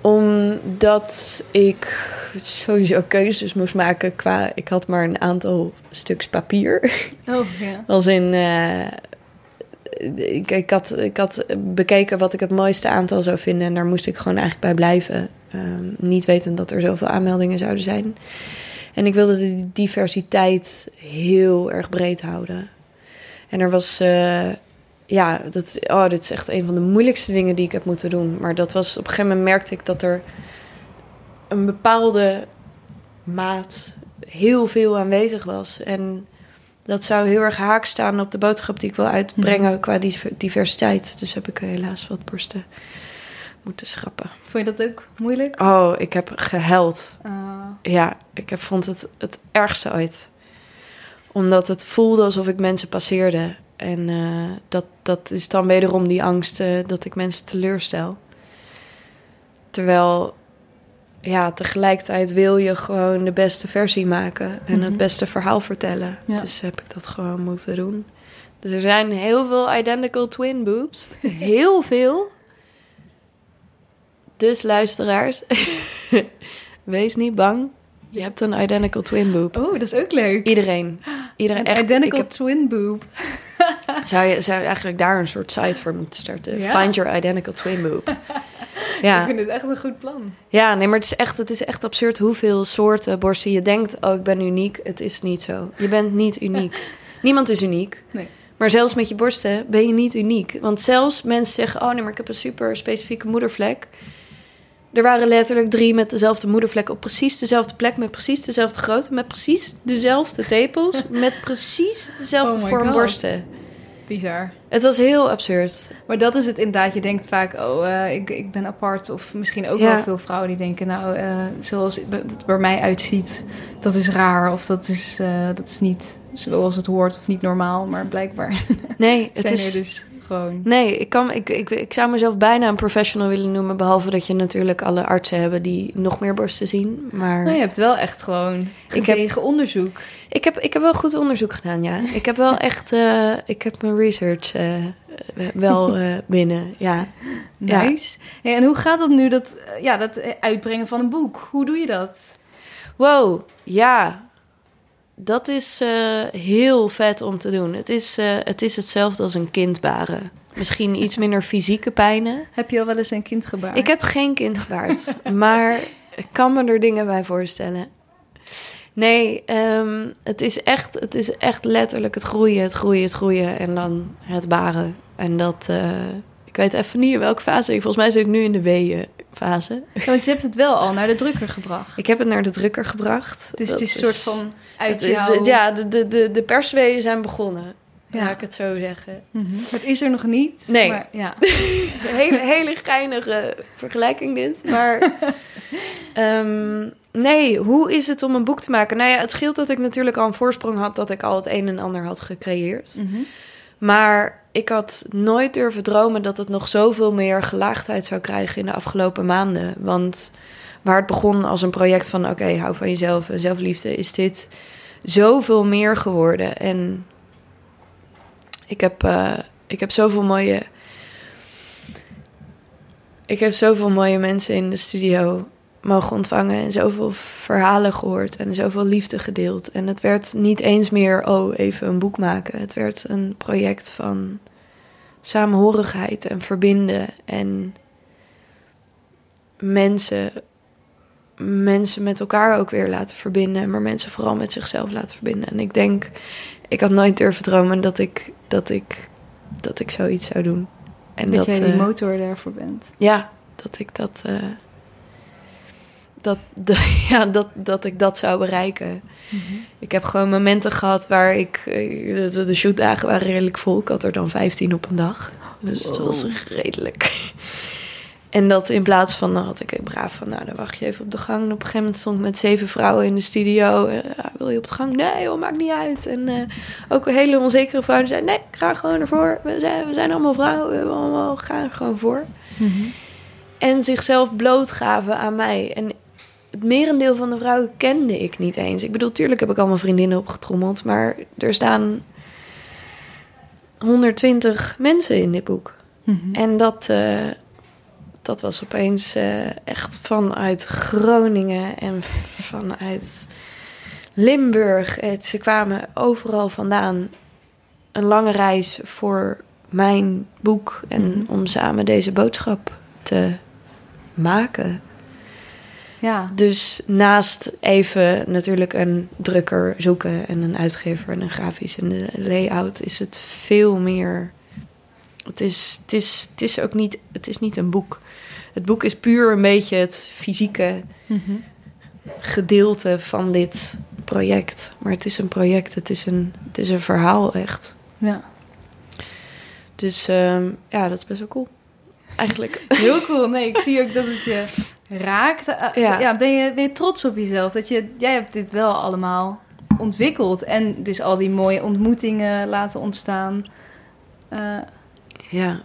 Omdat ik sowieso keuzes moest maken qua... Ik had maar een aantal stuks papier. Oh, ja. Als in... Uh, ik, ik, had, ik had bekeken wat ik het mooiste aantal zou vinden. En daar moest ik gewoon eigenlijk bij blijven. Um, niet wetend dat er zoveel aanmeldingen zouden zijn. En ik wilde de diversiteit heel erg breed houden. En er was... Uh, ja, dat, oh, dit is echt een van de moeilijkste dingen die ik heb moeten doen. Maar dat was... Op een gegeven moment merkte ik dat er een bepaalde maat heel veel aanwezig was. En dat zou heel erg haak staan op de boodschap die ik wil uitbrengen mm. qua diversiteit. Dus heb ik helaas wat borsten moeten schrappen. Vond je dat ook moeilijk? Oh, ik heb gehuild. Uh. Ja, ik heb, vond het het ergste ooit. Omdat het voelde alsof ik mensen passeerde. En uh, dat, dat is dan wederom die angst uh, dat ik mensen teleurstel. Terwijl, ja, tegelijkertijd wil je gewoon de beste versie maken. En mm-hmm. het beste verhaal vertellen. Ja. Dus heb ik dat gewoon moeten doen. Dus er zijn heel veel identical twin boobs. Heel veel. Dus luisteraars, wees niet bang. Je hebt een identical twin boob. Oh, dat is ook leuk. Iedereen. Iedereen een echt. Identical heb, twin boob. zou, je, zou je eigenlijk daar een soort site voor moeten starten? Ja. Find your identical twin boob. Ja. Ik vind het echt een goed plan. Ja, nee, maar het is echt, het is echt absurd hoeveel soorten borsten je denkt... oh, ik ben uniek. Het is niet zo. Je bent niet uniek. Niemand is uniek. Nee. Maar zelfs met je borsten ben je niet uniek. Want zelfs mensen zeggen... oh nee, maar ik heb een super specifieke moedervlek... Er waren letterlijk drie met dezelfde moedervlek op precies dezelfde plek... met precies dezelfde grootte, met precies dezelfde tepels... met precies dezelfde oh vorm God. borsten. Bizar. Het was heel absurd. Maar dat is het inderdaad. Je denkt vaak, oh, uh, ik, ik ben apart. Of misschien ook ja. wel veel vrouwen die denken... nou, uh, zoals het bij mij uitziet, dat is raar. Of dat is, uh, dat is niet zoals het hoort of niet normaal. Maar blijkbaar nee, het zijn is... er dus... Gewoon. Nee, ik, kan, ik, ik, ik zou mezelf bijna een professional willen noemen... behalve dat je natuurlijk alle artsen hebben die nog meer borsten zien. Maar nou, je hebt wel echt gewoon gedegen ik heb, onderzoek. Ik heb, ik heb wel goed onderzoek gedaan, ja. Ik heb wel echt... Uh, ik heb mijn research uh, wel uh, binnen, ja. Nice. Ja. Ja, en hoe gaat dat nu, dat, ja, dat uitbrengen van een boek? Hoe doe je dat? Wow, ja... Dat is uh, heel vet om te doen. Het is, uh, het is hetzelfde als een kind baren. Misschien iets minder fysieke pijnen. Heb je al wel eens een kind gebaard? Ik heb geen kind gebaard. Maar ik kan me er dingen bij voorstellen. Nee, um, het, is echt, het is echt letterlijk het groeien, het groeien, het groeien. En dan het baren. En dat... Uh, ik weet even niet in welke fase. Volgens mij zit ik nu in de weeënfase. Ja, want je hebt het wel al naar de drukker gebracht. Ik heb het naar de drukker gebracht. Dus dat het is een soort van... Uit het jou... is, ja, de, de, de, de persweeën zijn begonnen. Ja. Laat ik het zo zeggen. Mm-hmm. Het is er nog niet. Nee. Maar, ja. hele, hele geinige vergelijking dit. Maar um, nee, hoe is het om een boek te maken? Nou ja, het scheelt dat ik natuurlijk al een voorsprong had... dat ik al het een en ander had gecreëerd. Mm-hmm. Maar ik had nooit durven dromen... dat het nog zoveel meer gelaagdheid zou krijgen in de afgelopen maanden. Want... waar het begon als een project van... oké, okay, hou van jezelf en zelfliefde... is dit zoveel meer geworden. En ik heb, uh, ik heb zoveel mooie... Ik heb zoveel mooie mensen in de studio mogen ontvangen... en zoveel verhalen gehoord en zoveel liefde gedeeld. En het werd niet eens meer... oh, even een boek maken. Het werd een project van samenhorigheid en verbinden... en mensen... mensen met elkaar ook weer laten verbinden... maar mensen vooral met zichzelf laten verbinden. En ik denk, ik had nooit durven dromen dat ik, dat ik, dat ik zoiets zou doen. En dat, dat jij die uh, motor daarvoor bent. Ja, dat ik dat, uh, dat, de, ja, dat, dat ik dat zou bereiken. Mm-hmm. Ik heb gewoon momenten gehad waar ik... Uh, de, de shootdagen waren redelijk vol. Ik had er dan vijftien op een dag. Dus wow. Het was redelijk... En dat in plaats van, dan had ik braaf van, nou, dan wacht je even op de gang. En op een gegeven moment stond ik met zeven vrouwen in de studio. Uh, wil je op de gang? Nee, joh, maakt niet uit. En uh, ook een hele onzekere vrouw die zei, nee, ik ga gewoon ervoor. We zijn, we zijn allemaal vrouwen, we hebben allemaal, gaan gewoon voor. Mm-hmm. En zichzelf blootgaven aan mij. En het merendeel van de vrouwen kende ik niet eens. Ik bedoel, tuurlijk heb ik allemaal vriendinnen opgetrommeld. Maar er staan honderdtwintig mensen in dit boek. Mm-hmm. En dat... Uh, Dat was opeens uh, echt vanuit Groningen en vanuit Limburg. Het, ze kwamen overal vandaan. Een lange reis voor mijn boek en Mm-hmm. om samen deze boodschap te maken. Ja. Dus naast even natuurlijk een drukker zoeken en een uitgever en een grafisch en de layout is het veel meer. Het is, het is, het is ook niet, het is niet een boek. Het boek is puur een beetje het fysieke Mm-hmm. gedeelte van dit project. Maar het is een project, het is een, het is een verhaal echt. Ja. Dus um, ja, dat is best wel cool. Eigenlijk. Heel cool. Nee, ik zie ook dat het je raakt. Uh, ja. ja, ben je, ben je trots op jezelf? Dat je, jij hebt dit wel allemaal ontwikkeld. En dus al die mooie ontmoetingen laten ontstaan. Uh, ja.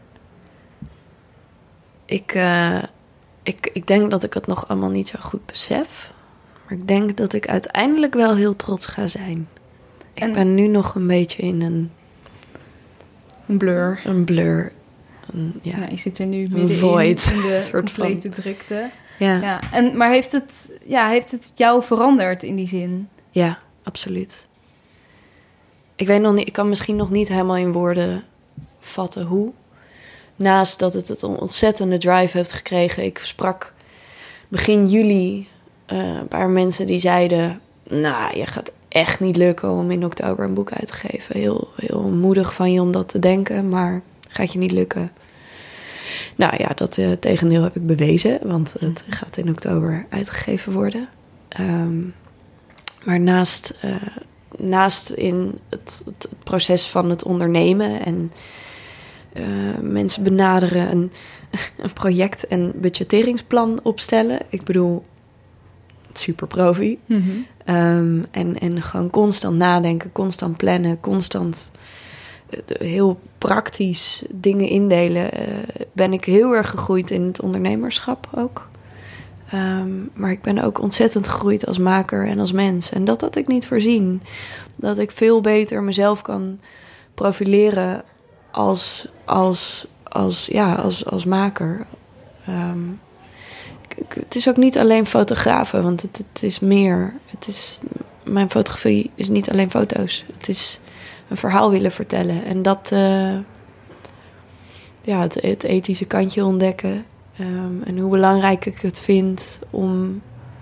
Ik, uh, ik, ik denk dat ik het nog allemaal niet zo goed besef. Maar ik denk dat ik uiteindelijk wel heel trots ga zijn. Ik en, ben nu nog een beetje in een... Een blur. Een blur. Een, ja. Ja, je zit er nu middenin void, in de soort complete van drukte. Ja. Ja. En, maar heeft het, ja, heeft het jou veranderd in die zin? Ja, absoluut. Ik weet nog niet, ik kan misschien nog niet helemaal in woorden vatten hoe. Naast dat het het een ontzettende drive heeft gekregen. Ik sprak begin juli uh, een paar mensen die zeiden... Nou, je gaat echt niet lukken om in oktober een boek uit te geven. Heel, heel moedig van je om dat te denken, maar gaat je niet lukken. Nou ja, dat uh, tegendeel heb ik bewezen, want het gaat in oktober uitgegeven worden. Um, maar naast, uh, naast in het, het proces van het ondernemen en uh, mensen benaderen, een, een project- en budgetteringsplan opstellen. Ik bedoel, super profi. Mm-hmm. Um, en, en gewoon constant nadenken, constant plannen, constant uh, heel praktisch dingen indelen. Uh, ben ik heel erg gegroeid in het ondernemerschap ook. Um, maar ik ben ook ontzettend gegroeid als maker en als mens. En dat had ik niet voorzien. Dat ik veel beter mezelf kan profileren als, als, als, ja, als, als maker. Um, Het is ook niet alleen fotografen, want het, het is meer. Het is, mijn fotografie is niet alleen foto's. Het is een verhaal willen vertellen. En dat, uh, ja, het, het ethische kantje ontdekken. Um, en hoe belangrijk ik het vind om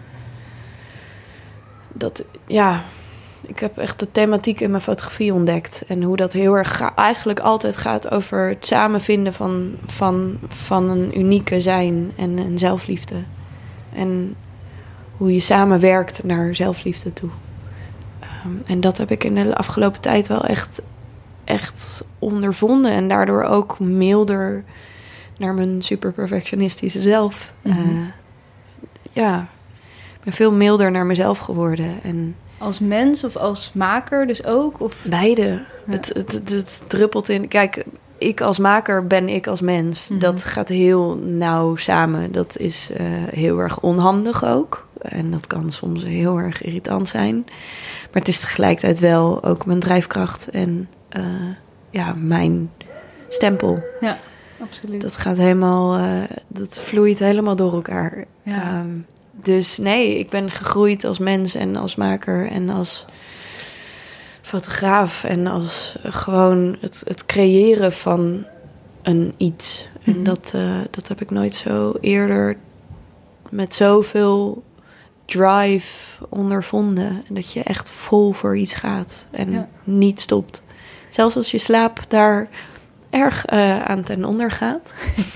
dat, ja, ik heb echt de thematiek in mijn fotografie ontdekt. En hoe dat heel erg ga, eigenlijk altijd gaat over het samenvinden van, van, van een unieke zijn en een zelfliefde. En hoe je samenwerkt naar zelfliefde toe. Um, en dat heb ik in de afgelopen tijd wel echt, echt ondervonden. En daardoor ook milder naar mijn super perfectionistische zelf. Mm-hmm. Uh, ja, ik ben veel milder naar mezelf geworden. En als mens of als maker dus ook? Of? Beide. Ja. Het, het, het, het druppelt in. Kijk, ik als maker ben ik als mens. Mm-hmm. Dat gaat heel nauw samen. Dat is uh, heel erg onhandig ook. En dat kan soms heel erg irritant zijn. Maar het is tegelijkertijd wel ook mijn drijfkracht en uh, ja, mijn stempel. Ja, absoluut. Dat gaat helemaal, uh, dat vloeit helemaal door elkaar. Ja. Um, dus nee, ik ben gegroeid als mens en als maker en als fotograaf en als uh, gewoon het, het creëren van een iets. Mm-hmm. En dat, uh, dat heb ik nooit zo eerder met zoveel drive ondervonden. En dat je echt vol voor iets gaat en ja. niet stopt. Zelfs als je slaap daar erg uh, aan ten onder gaat.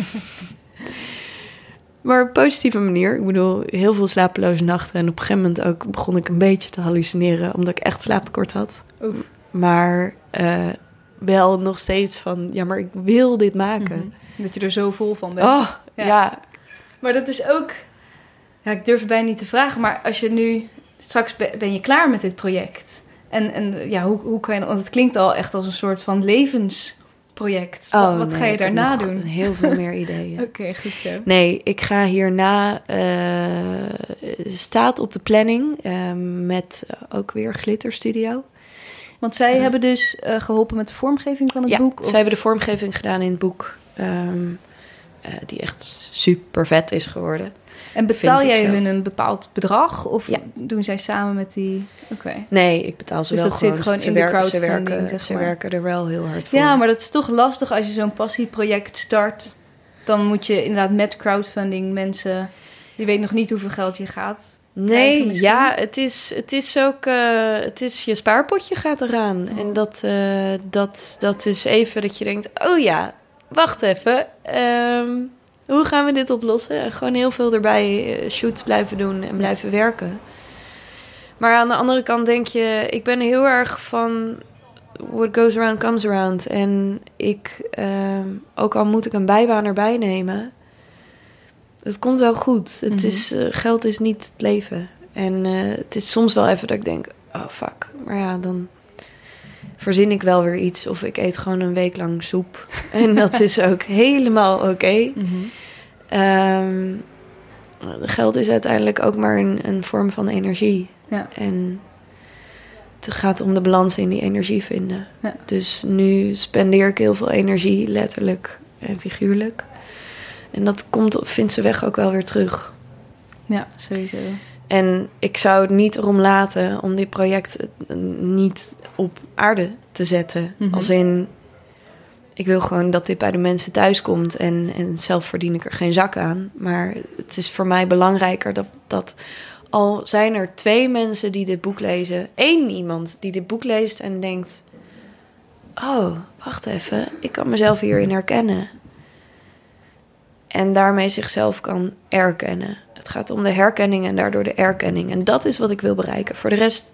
Maar op een positieve manier. Ik bedoel, heel veel slapeloze nachten. En op een gegeven moment ook begon ik een beetje te hallucineren. Omdat ik echt slaaptekort had. Oef. Maar uh, wel nog steeds van, ja, maar ik wil dit maken. Mm-hmm. Dat je er zo vol van bent. Oh, ja. ja. Maar dat is ook, ja, ik durf het bijna niet te vragen. Maar als je nu, straks ben je klaar met dit project. En, en ja, hoe, hoe kan je, want het klinkt al echt als een soort van levensproject. Oh, wat, wat nee, ga je daarna doen? Heel veel meer ideeën. Oké, okay, goed zo. Nee, ik ga hierna, uh, staat op de planning uh, met ook weer Glitterstudio. Want zij uh, hebben dus uh, geholpen met de vormgeving van het ja, boek? Ja, zij hebben de vormgeving gedaan in het boek. Um, uh, die echt super vet is geworden. En betaal Vind ik jij zo. hun een bepaald bedrag? Of Ja. doen zij samen met die... Oké. Nee, ik betaal ze Dus wel dat zit gewoon ze in de werken, ze crowdfunding, werken, zeg Ze maar. werken er wel heel hard voor. Ja, maar dat is toch lastig als je zo'n passieproject start. Dan moet je inderdaad met crowdfunding mensen... Je weet nog niet hoeveel geld je gaat krijgen Nee, misschien. ja, het is, het is ook... eh, het is je spaarpotje gaat eraan. Oh. En dat, eh, dat, dat is even dat je denkt... Oh ja, wacht even. ehm, hoe gaan we dit oplossen? En gewoon heel veel erbij eh, shoots blijven doen en blijven werken. Maar aan de andere kant denk je... Ik ben heel erg van... What goes around comes around. En ik... ehm, ook al moet ik een bijbaan erbij nemen... Het komt wel goed. Het Mhm. is, uh, geld is niet het leven. En uh, het is soms wel even dat ik denk... Oh, fuck. Maar ja, dan verzin ik wel weer iets. Of ik eet gewoon een week lang soep. En dat is ook helemaal oké. Okay. Mm-hmm. Um, geld is uiteindelijk ook maar een, een vorm van energie. Ja. En het gaat om de balans in die energie vinden. Ja. Dus nu spendeer ik heel veel energie, letterlijk en figuurlijk. En dat komt, vindt zijn weg ook wel weer terug. Ja, sowieso. En ik zou het niet erom laten om dit project niet op aarde te zetten. Mm-hmm. Als in, ik wil gewoon dat dit bij de mensen thuis komt. En, en zelf verdien ik er geen zak aan. Maar het is voor mij belangrijker dat, dat al zijn er twee mensen die dit boek lezen... één iemand die dit boek leest en denkt... Oh, wacht even, ik kan mezelf hierin herkennen. En daarmee zichzelf kan erkennen. Het gaat om de herkenning en daardoor de erkenning. En dat is wat ik wil bereiken. Voor de rest...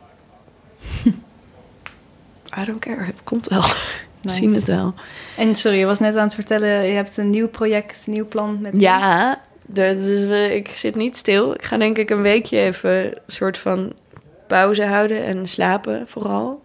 I don't care, het komt wel. Nice. We zien het wel. En sorry, je was net aan het vertellen... je hebt een nieuw project, een nieuw plan met... Ja, dus we, ik zit niet stil. Ik ga denk ik een weekje even een soort van pauze houden... en slapen vooral.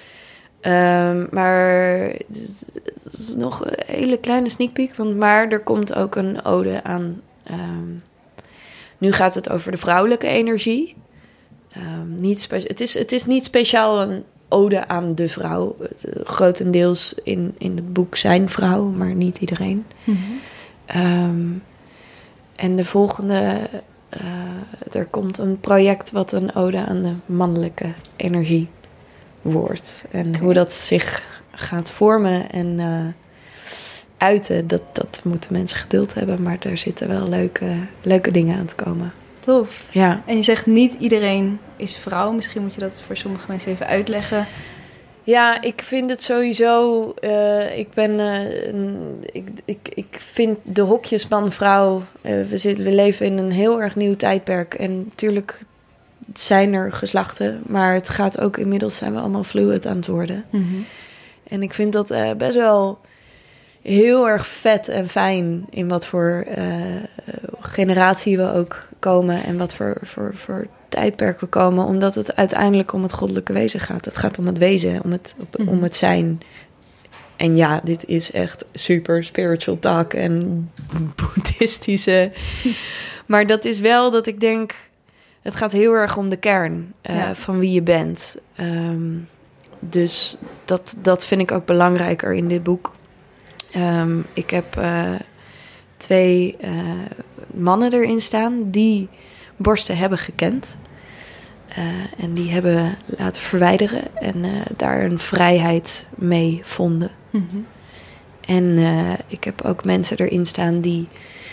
Um, maar het is nog een hele kleine sneak peek. Want, maar er komt ook een ode aan... Um, nu gaat het over de vrouwelijke energie. Um, niet spe- het, is, het is niet speciaal een ode aan de vrouw. Het, uh, grotendeels in, in het boek zijn vrouw, maar niet iedereen. Mm-hmm. Um, en de volgende... Uh, er komt een project wat een ode aan de mannelijke energie wordt. En okay. Hoe dat zich gaat vormen en uh, uiten, dat, dat moeten mensen geduld hebben. Maar er zitten wel leuke, leuke dingen aan te komen. Tof. Ja. En je zegt niet iedereen is vrouw. Misschien moet je dat voor sommige mensen even uitleggen. Ja, ik vind het sowieso... Uh, ik ben... Uh, een, ik, ik, ik vind de hokjes man-vrouw... Uh, we, zitten, we leven in een heel erg nieuw tijdperk. En natuurlijk zijn er geslachten. Maar het gaat ook... Inmiddels zijn we allemaal fluid aan het worden. Mm-hmm. En ik vind dat uh, best wel heel erg vet en fijn... in wat voor uh, generatie we ook komen... en wat voor... voor, voor tijdperken komen, omdat het uiteindelijk om het goddelijke wezen gaat. Het gaat om het wezen, om het, op, mm-hmm. om het zijn. En ja, dit is echt super spiritual talk en boeddhistische. Maar dat is wel dat ik denk, het gaat heel erg om de kern uh, ja. van wie je bent. Um, dus dat, dat vind ik ook belangrijker in dit boek. Um, ik heb uh, twee uh, mannen erin staan die borsten hebben gekend. Uh, en die hebben laten verwijderen en uh, daar een vrijheid mee vonden. Mm-hmm. En uh, ik heb ook mensen erin staan die,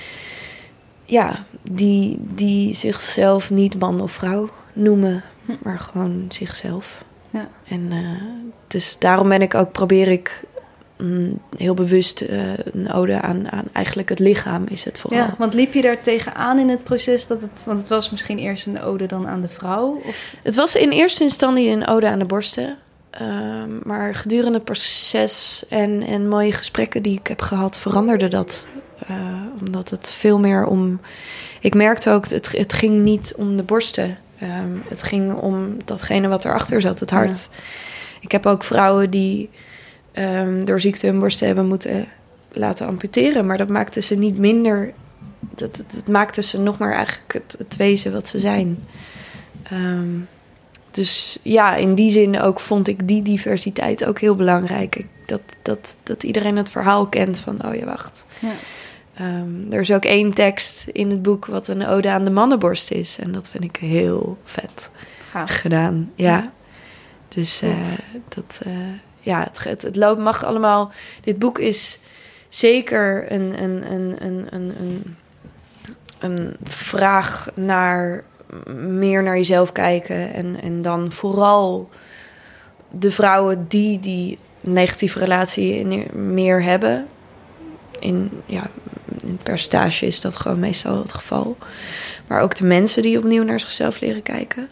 ja, die, die zichzelf niet man of vrouw noemen, hm. maar gewoon zichzelf. Ja. En uh, dus daarom ben ik ook, probeer ik mm, heel bewust uh, een ode aan, aan eigenlijk het lichaam is het vooral. Ja, want liep je daar tegenaan in het proces dat het, want het was misschien eerst een ode dan aan de vrouw? Of? Het was in eerste instantie een ode aan de borsten. Um, maar gedurende het proces en, en mooie gesprekken die ik heb gehad, veranderde dat. Uh, omdat het veel meer om... Ik merkte ook, het, het ging niet om de borsten. Um, het ging om datgene wat erachter zat, het hart. Ja. Ik heb ook vrouwen die um, door ziekte hun borsten hebben moeten laten amputeren. Maar dat maakte ze niet minder... Dat, dat, dat maakte ze nog maar eigenlijk het, het wezen wat ze zijn. Um, dus ja, in die zin ook vond ik die diversiteit ook heel belangrijk. Dat, dat, dat iedereen het verhaal kent van, oh ja, wacht. Ja. Um, er is ook één tekst in het boek wat een ode aan de mannenborst is. En dat vind ik heel vet Gaaf. gedaan. Ja. ja. Dus uh, dat, uh, ja, het, het, het loopt mag allemaal. Dit boek is zeker een, een, een, een, een, een, een vraag naar meer naar jezelf kijken. En, en dan vooral de vrouwen die die negatieve relatie in, meer hebben. In, ja, in percentage is dat gewoon meestal het geval. Maar ook de mensen die opnieuw naar zichzelf leren kijken.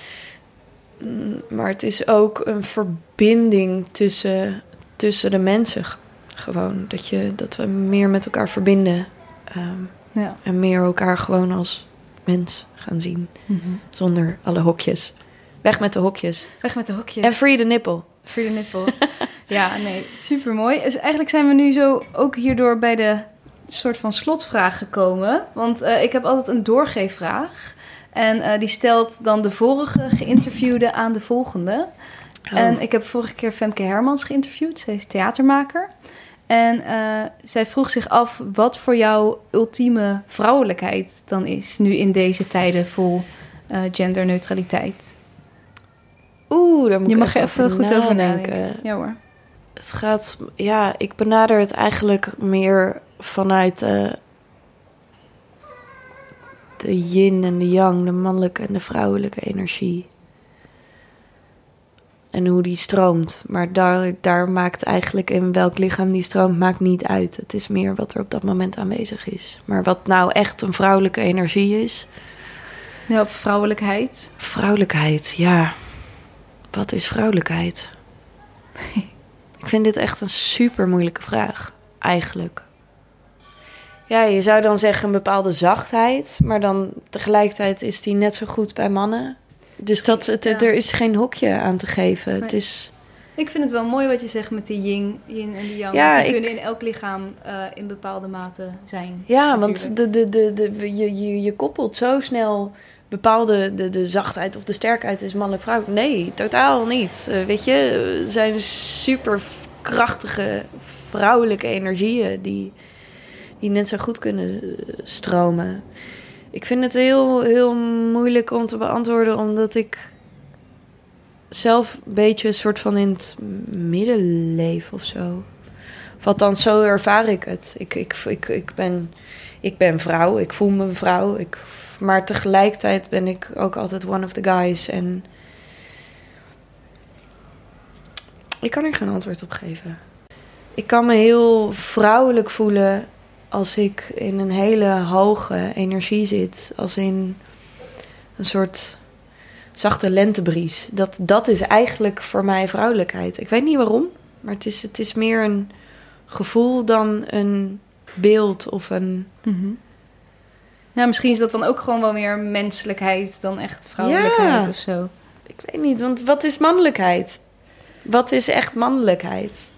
Maar het is ook een verbinding tussen, tussen de mensen. Gewoon dat, je, dat we meer met elkaar verbinden. Um, ja. En meer elkaar gewoon als mens gaan zien. Mm-hmm. Zonder alle hokjes. Weg met de hokjes. Weg met de hokjes. En free the nipple. Free the nipple. Ja, nee, supermooi. Dus eigenlijk zijn we nu zo ook hierdoor bij de soort van slotvraag gekomen. Want uh, ik heb altijd een doorgeefvraag. En uh, die stelt dan de vorige geïnterviewde aan de volgende. Oh. En ik heb vorige keer Femke Hermans geïnterviewd. Zij is theatermaker. En uh, zij vroeg zich af wat voor jou ultieme vrouwelijkheid dan is. Nu in deze tijden vol uh, genderneutraliteit. Oeh, daar moet je ik mag even, even goed nadenken. over nadenken. Ja hoor. Het gaat, ja, ik benader het eigenlijk meer vanuit uh, de yin en de yang, de mannelijke en de vrouwelijke energie. En hoe die stroomt. Maar daar, daar maakt eigenlijk in welk lichaam die stroomt, maakt niet uit. Het is meer wat er op dat moment aanwezig is. Maar wat nou echt een vrouwelijke energie is. Ja, of vrouwelijkheid. Vrouwelijkheid, ja. Wat is vrouwelijkheid? Ik vind dit echt een super moeilijke vraag, eigenlijk. Ja, je zou dan zeggen een bepaalde zachtheid, maar dan tegelijkertijd is die net zo goed bij mannen. Dus dat, het, ja. er is geen hokje aan te geven. Nee. Het is... Ik vind het wel mooi wat je zegt met die yin, yin en die yang. Ja, die ik... kunnen in elk lichaam uh, in bepaalde mate zijn. Ja, natuurlijk. want de, de, de, de, je, je, je koppelt zo snel bepaalde, de, de zachtheid of de sterkheid is mannelijk vrouw. Nee, totaal niet. Uh, weet je, er zijn super krachtige vrouwelijke energieën die, die net zo goed kunnen stromen. Ik vind het heel, heel moeilijk om te beantwoorden, omdat ik zelf een beetje een soort van in het midden leef of zo. Of althans, zo ervaar ik het. Ik, ik, ik, ik, ben, ik ben vrouw, ik voel me een vrouw. Ik, maar tegelijkertijd ben ik ook altijd one of the guys. En ik kan er geen antwoord op geven. Ik kan me heel vrouwelijk voelen als ik in een hele hoge energie zit. Als in een soort zachte lentebries. Dat, dat is eigenlijk voor mij vrouwelijkheid. Ik weet niet waarom, maar het is, het is meer een gevoel dan een beeld of een... Mm-hmm. Ja, misschien is dat dan ook gewoon wel meer menselijkheid dan echt vrouwelijkheid ja, of zo. Ik weet niet, want wat is mannelijkheid? Wat is echt mannelijkheid?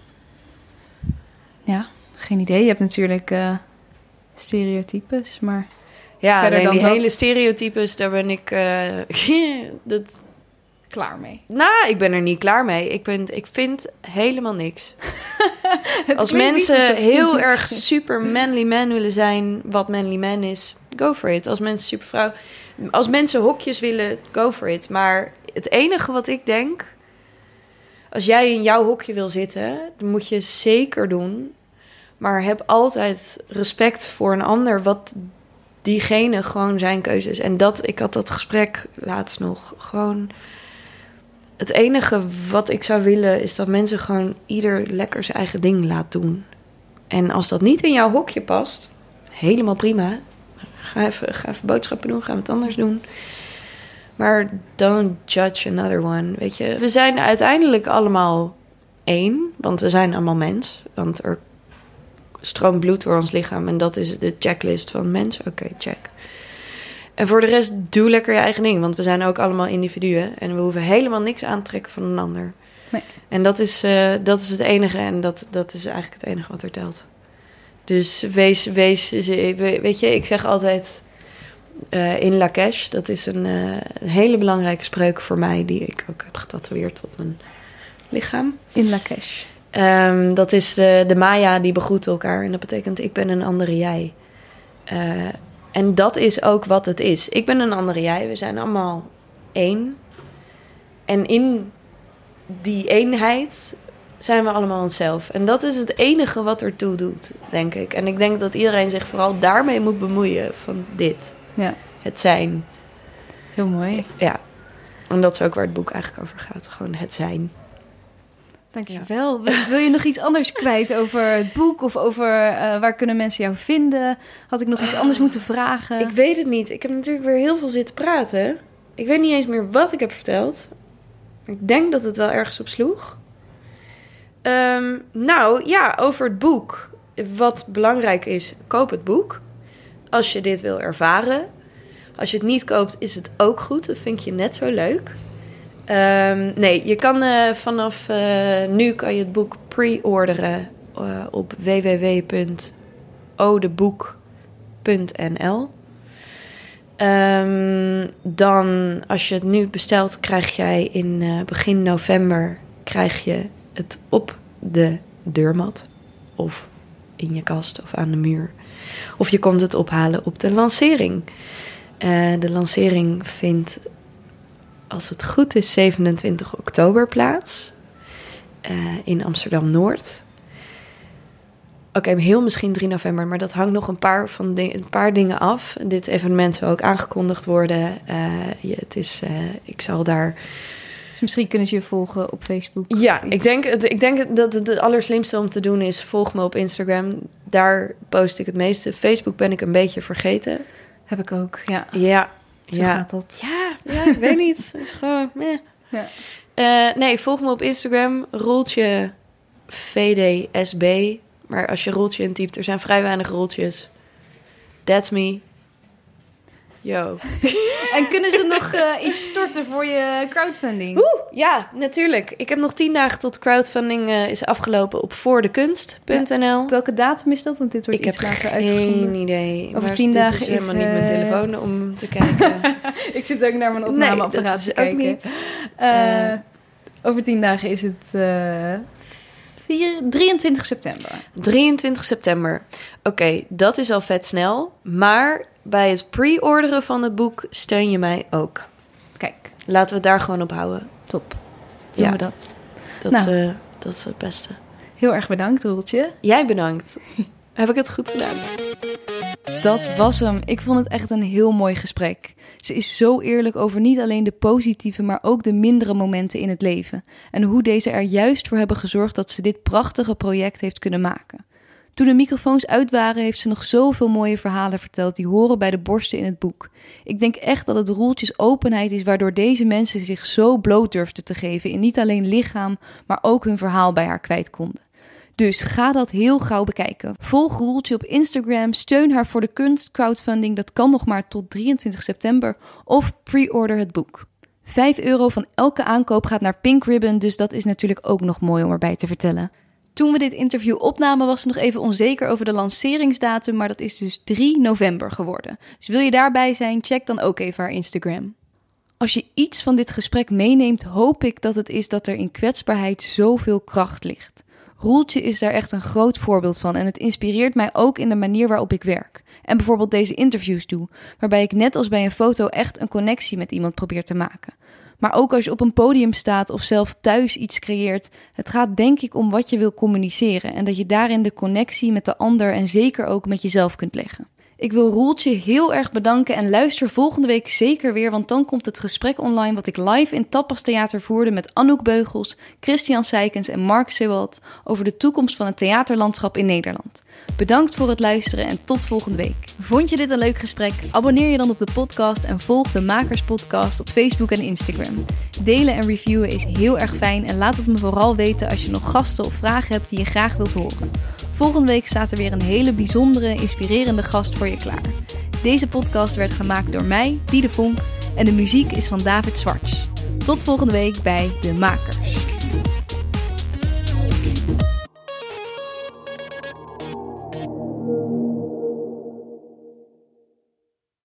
Ja, geen idee. Je hebt natuurlijk uh, stereotypes, maar... Ja, verder nee, dan die dat... hele stereotypes, daar ben ik... Uh, dat... klaar mee. Nou, ik ben er niet klaar mee. Ik, ben, ik vind helemaal niks. Als mensen heel erg super manly man willen zijn, wat manly man is, go for it. Als mensen super vrouw... Als mensen hokjes willen, go for it. Maar het enige wat ik denk... Als jij in jouw hokje wil zitten, dan moet je zeker doen. Maar heb altijd respect voor een ander, wat diegene gewoon zijn keuze is. En dat, ik had dat gesprek laatst nog. Gewoon, het enige wat ik zou willen is dat mensen gewoon ieder lekker zijn eigen ding laat doen. En als dat niet in jouw hokje past, helemaal prima. Ga even, ga even boodschappen doen, ga wat anders doen. Maar don't judge another one, weet je. We zijn uiteindelijk allemaal één, want we zijn allemaal mens. Want er stroomt bloed door ons lichaam en dat is de checklist van mens. Oké, okay, check. En voor de rest, doe lekker je eigen ding, want we zijn ook allemaal individuen. En we hoeven helemaal niks aan te trekken van een ander. Nee. En dat is, uh, dat is het enige en dat, dat is eigenlijk het enige wat er telt. Dus wees, wees, weet je, ik zeg altijd... Uh, in Lakesh, dat is een, uh, een hele belangrijke spreuk voor mij, die ik ook heb getatoeëerd op mijn lichaam. In Lakesh. Um, dat is de, de Maya die begroeten elkaar. En dat betekent ik ben een andere jij. Uh, en dat is ook wat het is. Ik ben een andere jij. We zijn allemaal één. En in die eenheid zijn we allemaal onszelf. En dat is het enige wat ertoe doet, denk ik. En ik denk dat iedereen zich vooral daarmee moet bemoeien. Van dit. Ja. Het zijn. Heel mooi. Ja. En dat is ook waar het boek eigenlijk over gaat. Gewoon het zijn. Dankjewel. Ja. Wil je nog iets anders kwijt over het boek? Of over uh, waar kunnen mensen jou vinden? Had ik nog iets anders moeten vragen? Ik weet het niet. Ik heb natuurlijk weer heel veel zitten praten. Ik weet niet eens meer wat ik heb verteld. Maar ik denk dat het wel ergens op sloeg. Um, nou, ja, over het boek. Wat belangrijk is, koop het boek. Als je dit wil ervaren. Als je het niet koopt, is het ook goed. Dat vind je net zo leuk. Um, nee, je kan uh, vanaf uh, nu kan je het boek pre-orderen uh, op w w w punt odeboek punt n l. Um, dan, als je het nu bestelt, krijg jij in uh, begin november krijg je het op de deurmat of in je kast of aan de muur. Of je komt het ophalen op de lancering. Uh, de lancering vindt, als het goed is, zevenentwintig oktober plaats. Uh, in Amsterdam-Noord. Oké, okay, heel misschien drie november, maar dat hangt nog een paar, van ding, een paar dingen af. Dit evenement zal ook aangekondigd worden. Uh, ja, het is, uh, ik zal daar... Dus misschien kunnen ze je volgen op Facebook? Ja, ik denk, ik denk dat het het allerslimste om te doen is, volg me op Instagram. Daar post ik het meeste. Facebook ben ik een beetje vergeten. Heb ik ook, ja. Ja. Zo ja. gaat dat. Ja, ja, ik weet niet. Het is gewoon... Meh. Ja. Uh, nee, volg me op Instagram. Roeltje V D S B. Maar als je Roeltje intypt, er zijn vrij weinig Roeltjes. That's me. Yo. En kunnen ze nog uh, iets storten voor je crowdfunding? Oeh, ja, natuurlijk. Ik heb nog tien dagen tot crowdfunding uh, is afgelopen op voordekunst punt n l. Ja. Welke datum is dat? Want dit wordt ik iets heb later uitgezonden. Geen idee. Over maar tien dagen is is helemaal niet mijn telefoon om te kijken. Ik zit ook naar mijn opnameapparaat nee, te kijken. Niet. Uh, uh, over tien dagen is het uh, vier, drieëntwintig september. drieëntwintig september. Oké, okay, dat is al vet snel. Maar bij het pre-orderen van het boek steun je mij ook. Kijk. Laten we het daar gewoon op houden. Top. Doen ja. we dat. Dat, nou. uh, dat is het beste. Heel erg bedankt, Roeltje. Jij bedankt. Heb ik het goed gedaan? Dat was hem. Ik vond het echt een heel mooi gesprek. Ze is zo eerlijk over niet alleen de positieve, maar ook de mindere momenten in het leven. En hoe deze er juist voor hebben gezorgd dat ze dit prachtige project heeft kunnen maken. Toen de microfoons uit waren, heeft ze nog zoveel mooie verhalen verteld die horen bij de borsten in het boek. Ik denk echt dat het Roeltjes openheid is waardoor deze mensen zich zo bloot durfden te geven in niet alleen lichaam, maar ook hun verhaal bij haar kwijt konden. Dus ga dat heel gauw bekijken. Volg Roeltje op Instagram, steun haar voor de kunst crowdfunding, dat kan nog maar tot drieëntwintig september, of pre-order het boek. vijf euro van elke aankoop gaat naar Pink Ribbon, dus dat is natuurlijk ook nog mooi om erbij te vertellen. Toen we dit interview opnamen was ze nog even onzeker over de lanceringsdatum, maar dat is dus drie november geworden. Dus wil je daarbij zijn, check dan ook even haar Instagram. Als je iets van dit gesprek meeneemt, hoop ik dat het is dat er in kwetsbaarheid zoveel kracht ligt. Roeltje is daar echt een groot voorbeeld van en het inspireert mij ook in de manier waarop ik werk. En bijvoorbeeld deze interviews doe, waarbij ik net als bij een foto echt een connectie met iemand probeer te maken. Maar ook als je op een podium staat of zelf thuis iets creëert, het gaat denk ik om wat je wil communiceren en dat je daarin de connectie met de ander en zeker ook met jezelf kunt leggen. Ik wil Roeltje heel erg bedanken en luister volgende week zeker weer, want dan komt het gesprek online wat ik live in Tapas Theater voerde met Anouk Beugels, Christian Seikens en Mark Sewald over de toekomst van het theaterlandschap in Nederland. Bedankt voor het luisteren en tot volgende week. Vond je dit een leuk gesprek? Abonneer je dan op de podcast en volg de Makers Podcast op Facebook en Instagram. Delen en reviewen is heel erg fijn en laat het me vooral weten als je nog gasten of vragen hebt die je graag wilt horen. Volgende week staat er weer een hele bijzondere, inspirerende gast voor je klaar. Deze podcast werd gemaakt door mij, Diede Vonk, en de muziek is van David Zwarts. Tot volgende week bij De Makers.